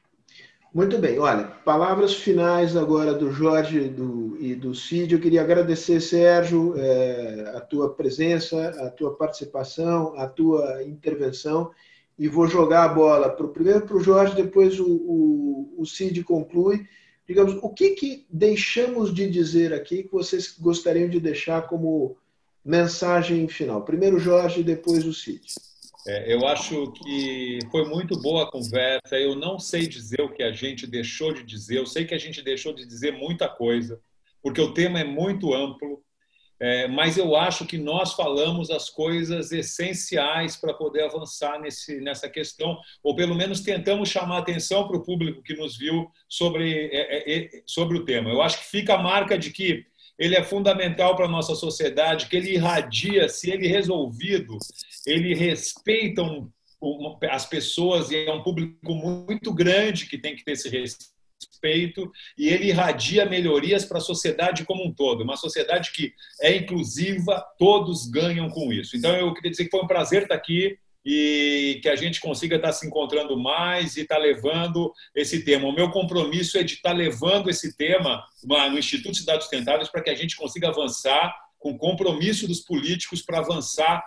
Muito bem. Olha, palavras finais agora do Jorge e do Cid. Eu queria agradecer, Sérgio, a tua presença, a tua participação, a tua intervenção e vou jogar a bola primeiro para o Jorge, depois o Cid conclui. Digamos, o que deixamos de dizer aqui que vocês gostariam de deixar como mensagem final? Primeiro o Jorge, depois o Cid. Eu acho que foi muito boa a conversa. Eu não sei dizer o que a gente deixou de dizer. Eu sei que a gente deixou de dizer muita coisa, porque o tema é muito amplo. Mas eu acho que nós falamos as coisas essenciais para poder avançar nessa questão, ou pelo menos tentamos chamar a atenção para o público que nos viu sobre o tema. Eu acho que fica a marca de que ele é fundamental para a nossa sociedade, que ele irradia, se ele resolvido, ele respeita as pessoas, e é um público muito grande que tem que ter esse respeito, e ele irradia melhorias para a sociedade como um todo, uma sociedade que é inclusiva, todos ganham com isso. Então, eu queria dizer que foi um prazer estar aqui e que a gente consiga estar se encontrando mais e estar levando esse tema. O meu compromisso é de estar levando esse tema no Instituto Cidades Sustentáveis para que a gente consiga avançar com o compromisso dos políticos para avançar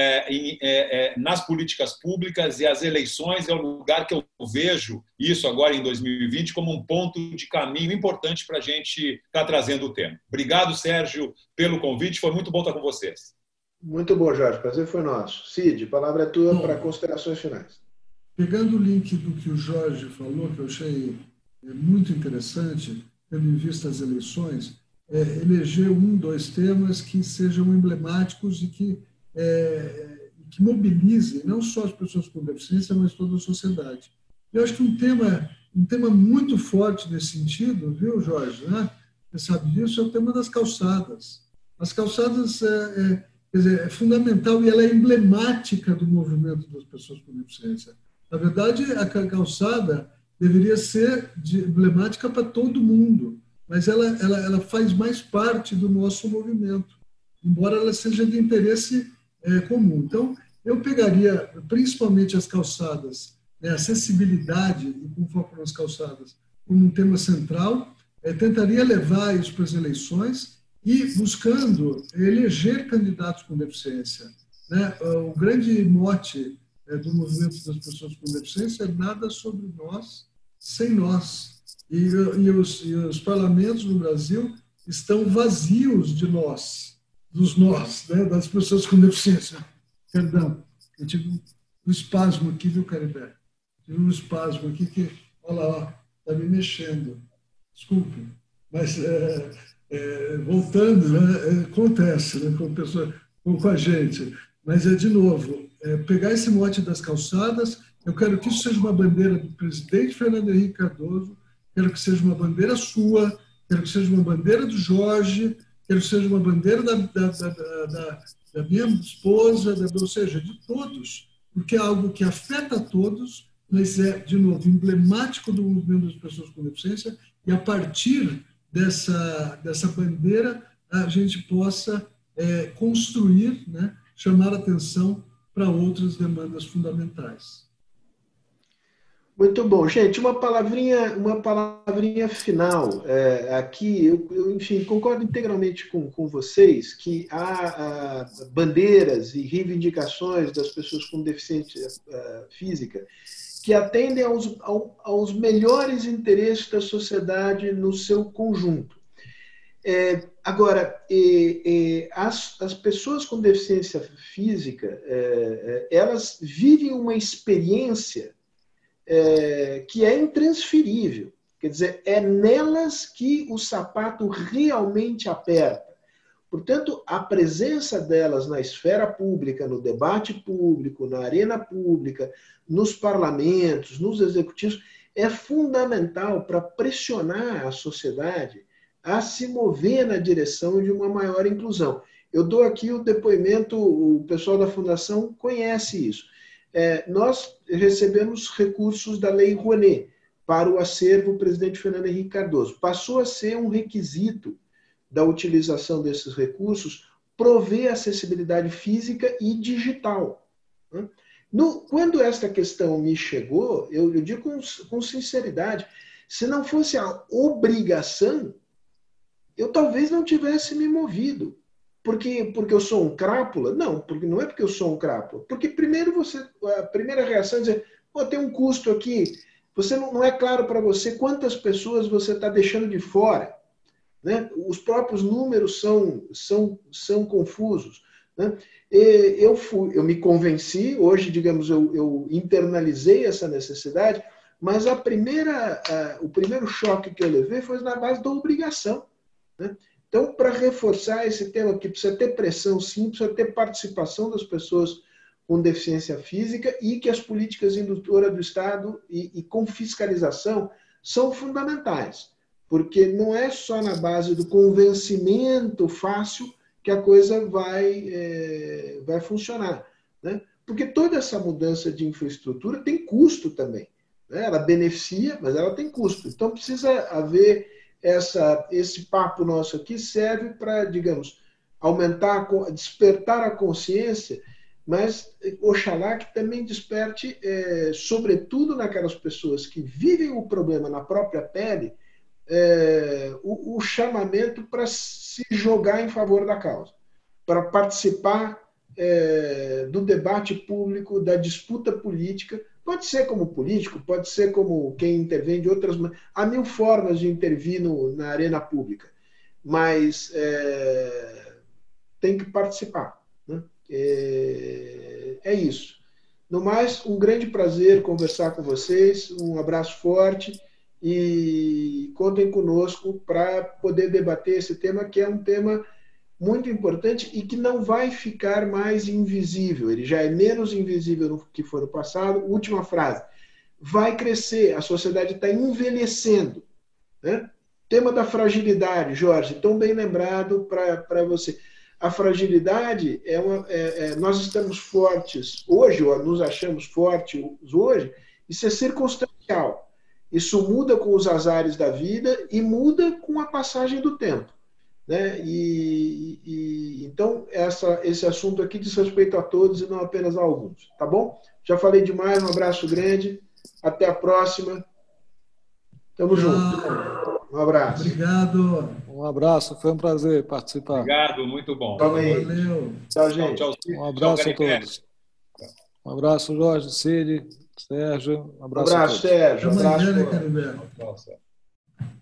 nas políticas públicas, e as eleições é o lugar que eu vejo isso agora em 2020 como um ponto de caminho importante para a gente estar trazendo o tema. Obrigado, Sérgio, pelo convite. Foi muito bom estar com vocês. Muito bom, Jorge. Prazer foi nosso. Cid, a palavra é tua para considerações finais. Pegando o link do que o Jorge falou, que eu achei muito interessante, tendo em vista as eleições, eleger 2 temas que sejam emblemáticos e que mobilizem não só as pessoas com deficiência, mas toda a sociedade. Eu acho que um tema muito forte nesse sentido, viu, Jorge? Né? Você sabe disso, é o tema das calçadas. As calçadas é fundamental e ela é emblemática do movimento das pessoas com deficiência. Na verdade, a calçada deveria ser emblemática para todo mundo, mas ela faz mais parte do nosso movimento, embora ela seja de interesse comum. Então, eu pegaria principalmente as calçadas, a acessibilidade e com foco nas calçadas, como um tema central, tentaria levar isso para as eleições e buscando eleger candidatos com deficiência. O grande mote do movimento das pessoas com deficiência é nada sobre nós, sem nós. E os parlamentos no Brasil estão vazios de nós, dos nós, das pessoas com deficiência. Perdão, eu tive um espasmo aqui, viu, Caribé? Tive um espasmo aqui que, olha lá, está me mexendo. Desculpe, mas voltando, acontece com a gente. Mas, de novo, pegar esse mote das calçadas, eu quero que isso seja uma bandeira do presidente Fernando Henrique Cardoso, quero que seja uma bandeira sua, quero que seja uma bandeira do Jorge, quero que seja uma bandeira da minha esposa, ou seja, de todos, porque é algo que afeta a todos, mas é, de novo, emblemático do movimento das pessoas com deficiência, e a partir dessa bandeira a gente possa construir, chamar atenção para outras demandas fundamentais. Muito bom. Gente, uma palavrinha final. Aqui, enfim, concordo integralmente com vocês que há bandeiras e reivindicações das pessoas com deficiência física que atendem aos melhores interesses da sociedade no seu conjunto. Agora, as pessoas com deficiência física, elas vivem uma experiência que é intransferível. Quer dizer, é nelas que o sapato realmente aperta. Portanto, a presença delas na esfera pública, no debate público, na arena pública, nos parlamentos, nos executivos, é fundamental para pressionar a sociedade a se mover na direção de uma maior inclusão. Eu dou aqui o depoimento, o pessoal da Fundação conhece isso. Nós recebemos recursos da Lei Rouanet para o acervo Presidente Fernando Henrique Cardoso. Passou a ser um requisito da utilização desses recursos prover acessibilidade física e digital. Quando esta questão me chegou, eu digo com sinceridade, se não fosse a obrigação, eu talvez não tivesse me movido. porque eu sou um crápula? Não, porque não é porque eu sou um crápula. Porque primeiro a primeira reação é dizer, pô, tem um custo aqui, você não é claro para você quantas pessoas você está deixando de fora. Né? Os próprios números são confusos. Né? Eu me convenci, hoje, digamos, eu internalizei essa necessidade, mas o primeiro choque que eu levei foi na base da obrigação. Né? Então, para reforçar esse tema, que precisa ter pressão, sim, precisa ter participação das pessoas com deficiência física e que as políticas indutoras do Estado e com fiscalização são fundamentais, porque não é só na base do convencimento fácil que a coisa vai funcionar. Né? Porque toda essa mudança de infraestrutura tem custo também. Né? Ela beneficia, mas ela tem custo. Então, precisa haver esse papo nosso aqui serve para, digamos, despertar a consciência, mas oxalá que também desperte, sobretudo naquelas pessoas que vivem o problema na própria pele, o chamamento para se jogar em favor da causa, para participar do debate público, da disputa política. Pode ser como político, pode ser como quem intervém de outras maneiras. Há mil formas de intervir na arena pública, mas tem que participar. Né? É isso. No mais, um grande prazer conversar com vocês, um abraço forte e contem conosco para poder debater esse tema, que é um tema muito importante e que não vai ficar mais invisível. Ele já é menos invisível do que foi no passado. Última frase. Vai crescer, a sociedade está envelhecendo. Né? Tema da fragilidade, Jorge, tão bem lembrado para você. A fragilidade nós estamos fortes hoje, ou nos achamos fortes hoje, isso é circunstancial. Isso muda com os azares da vida e muda com a passagem do tempo. Né? Então, esse assunto aqui diz respeito a todos e não apenas a alguns. Tá bom? Já falei demais, um abraço grande. Até a próxima. Tamo junto. Um abraço. Obrigado. Um abraço, foi um prazer participar. Obrigado, muito bom. Valeu. Tchau, gente. Tchau, Um abraço a todos. Um abraço, Jorge, Cid, Sérgio. Um abraço, Sérgio. Até amanhã, Abraço. né, Canibé? Nossa.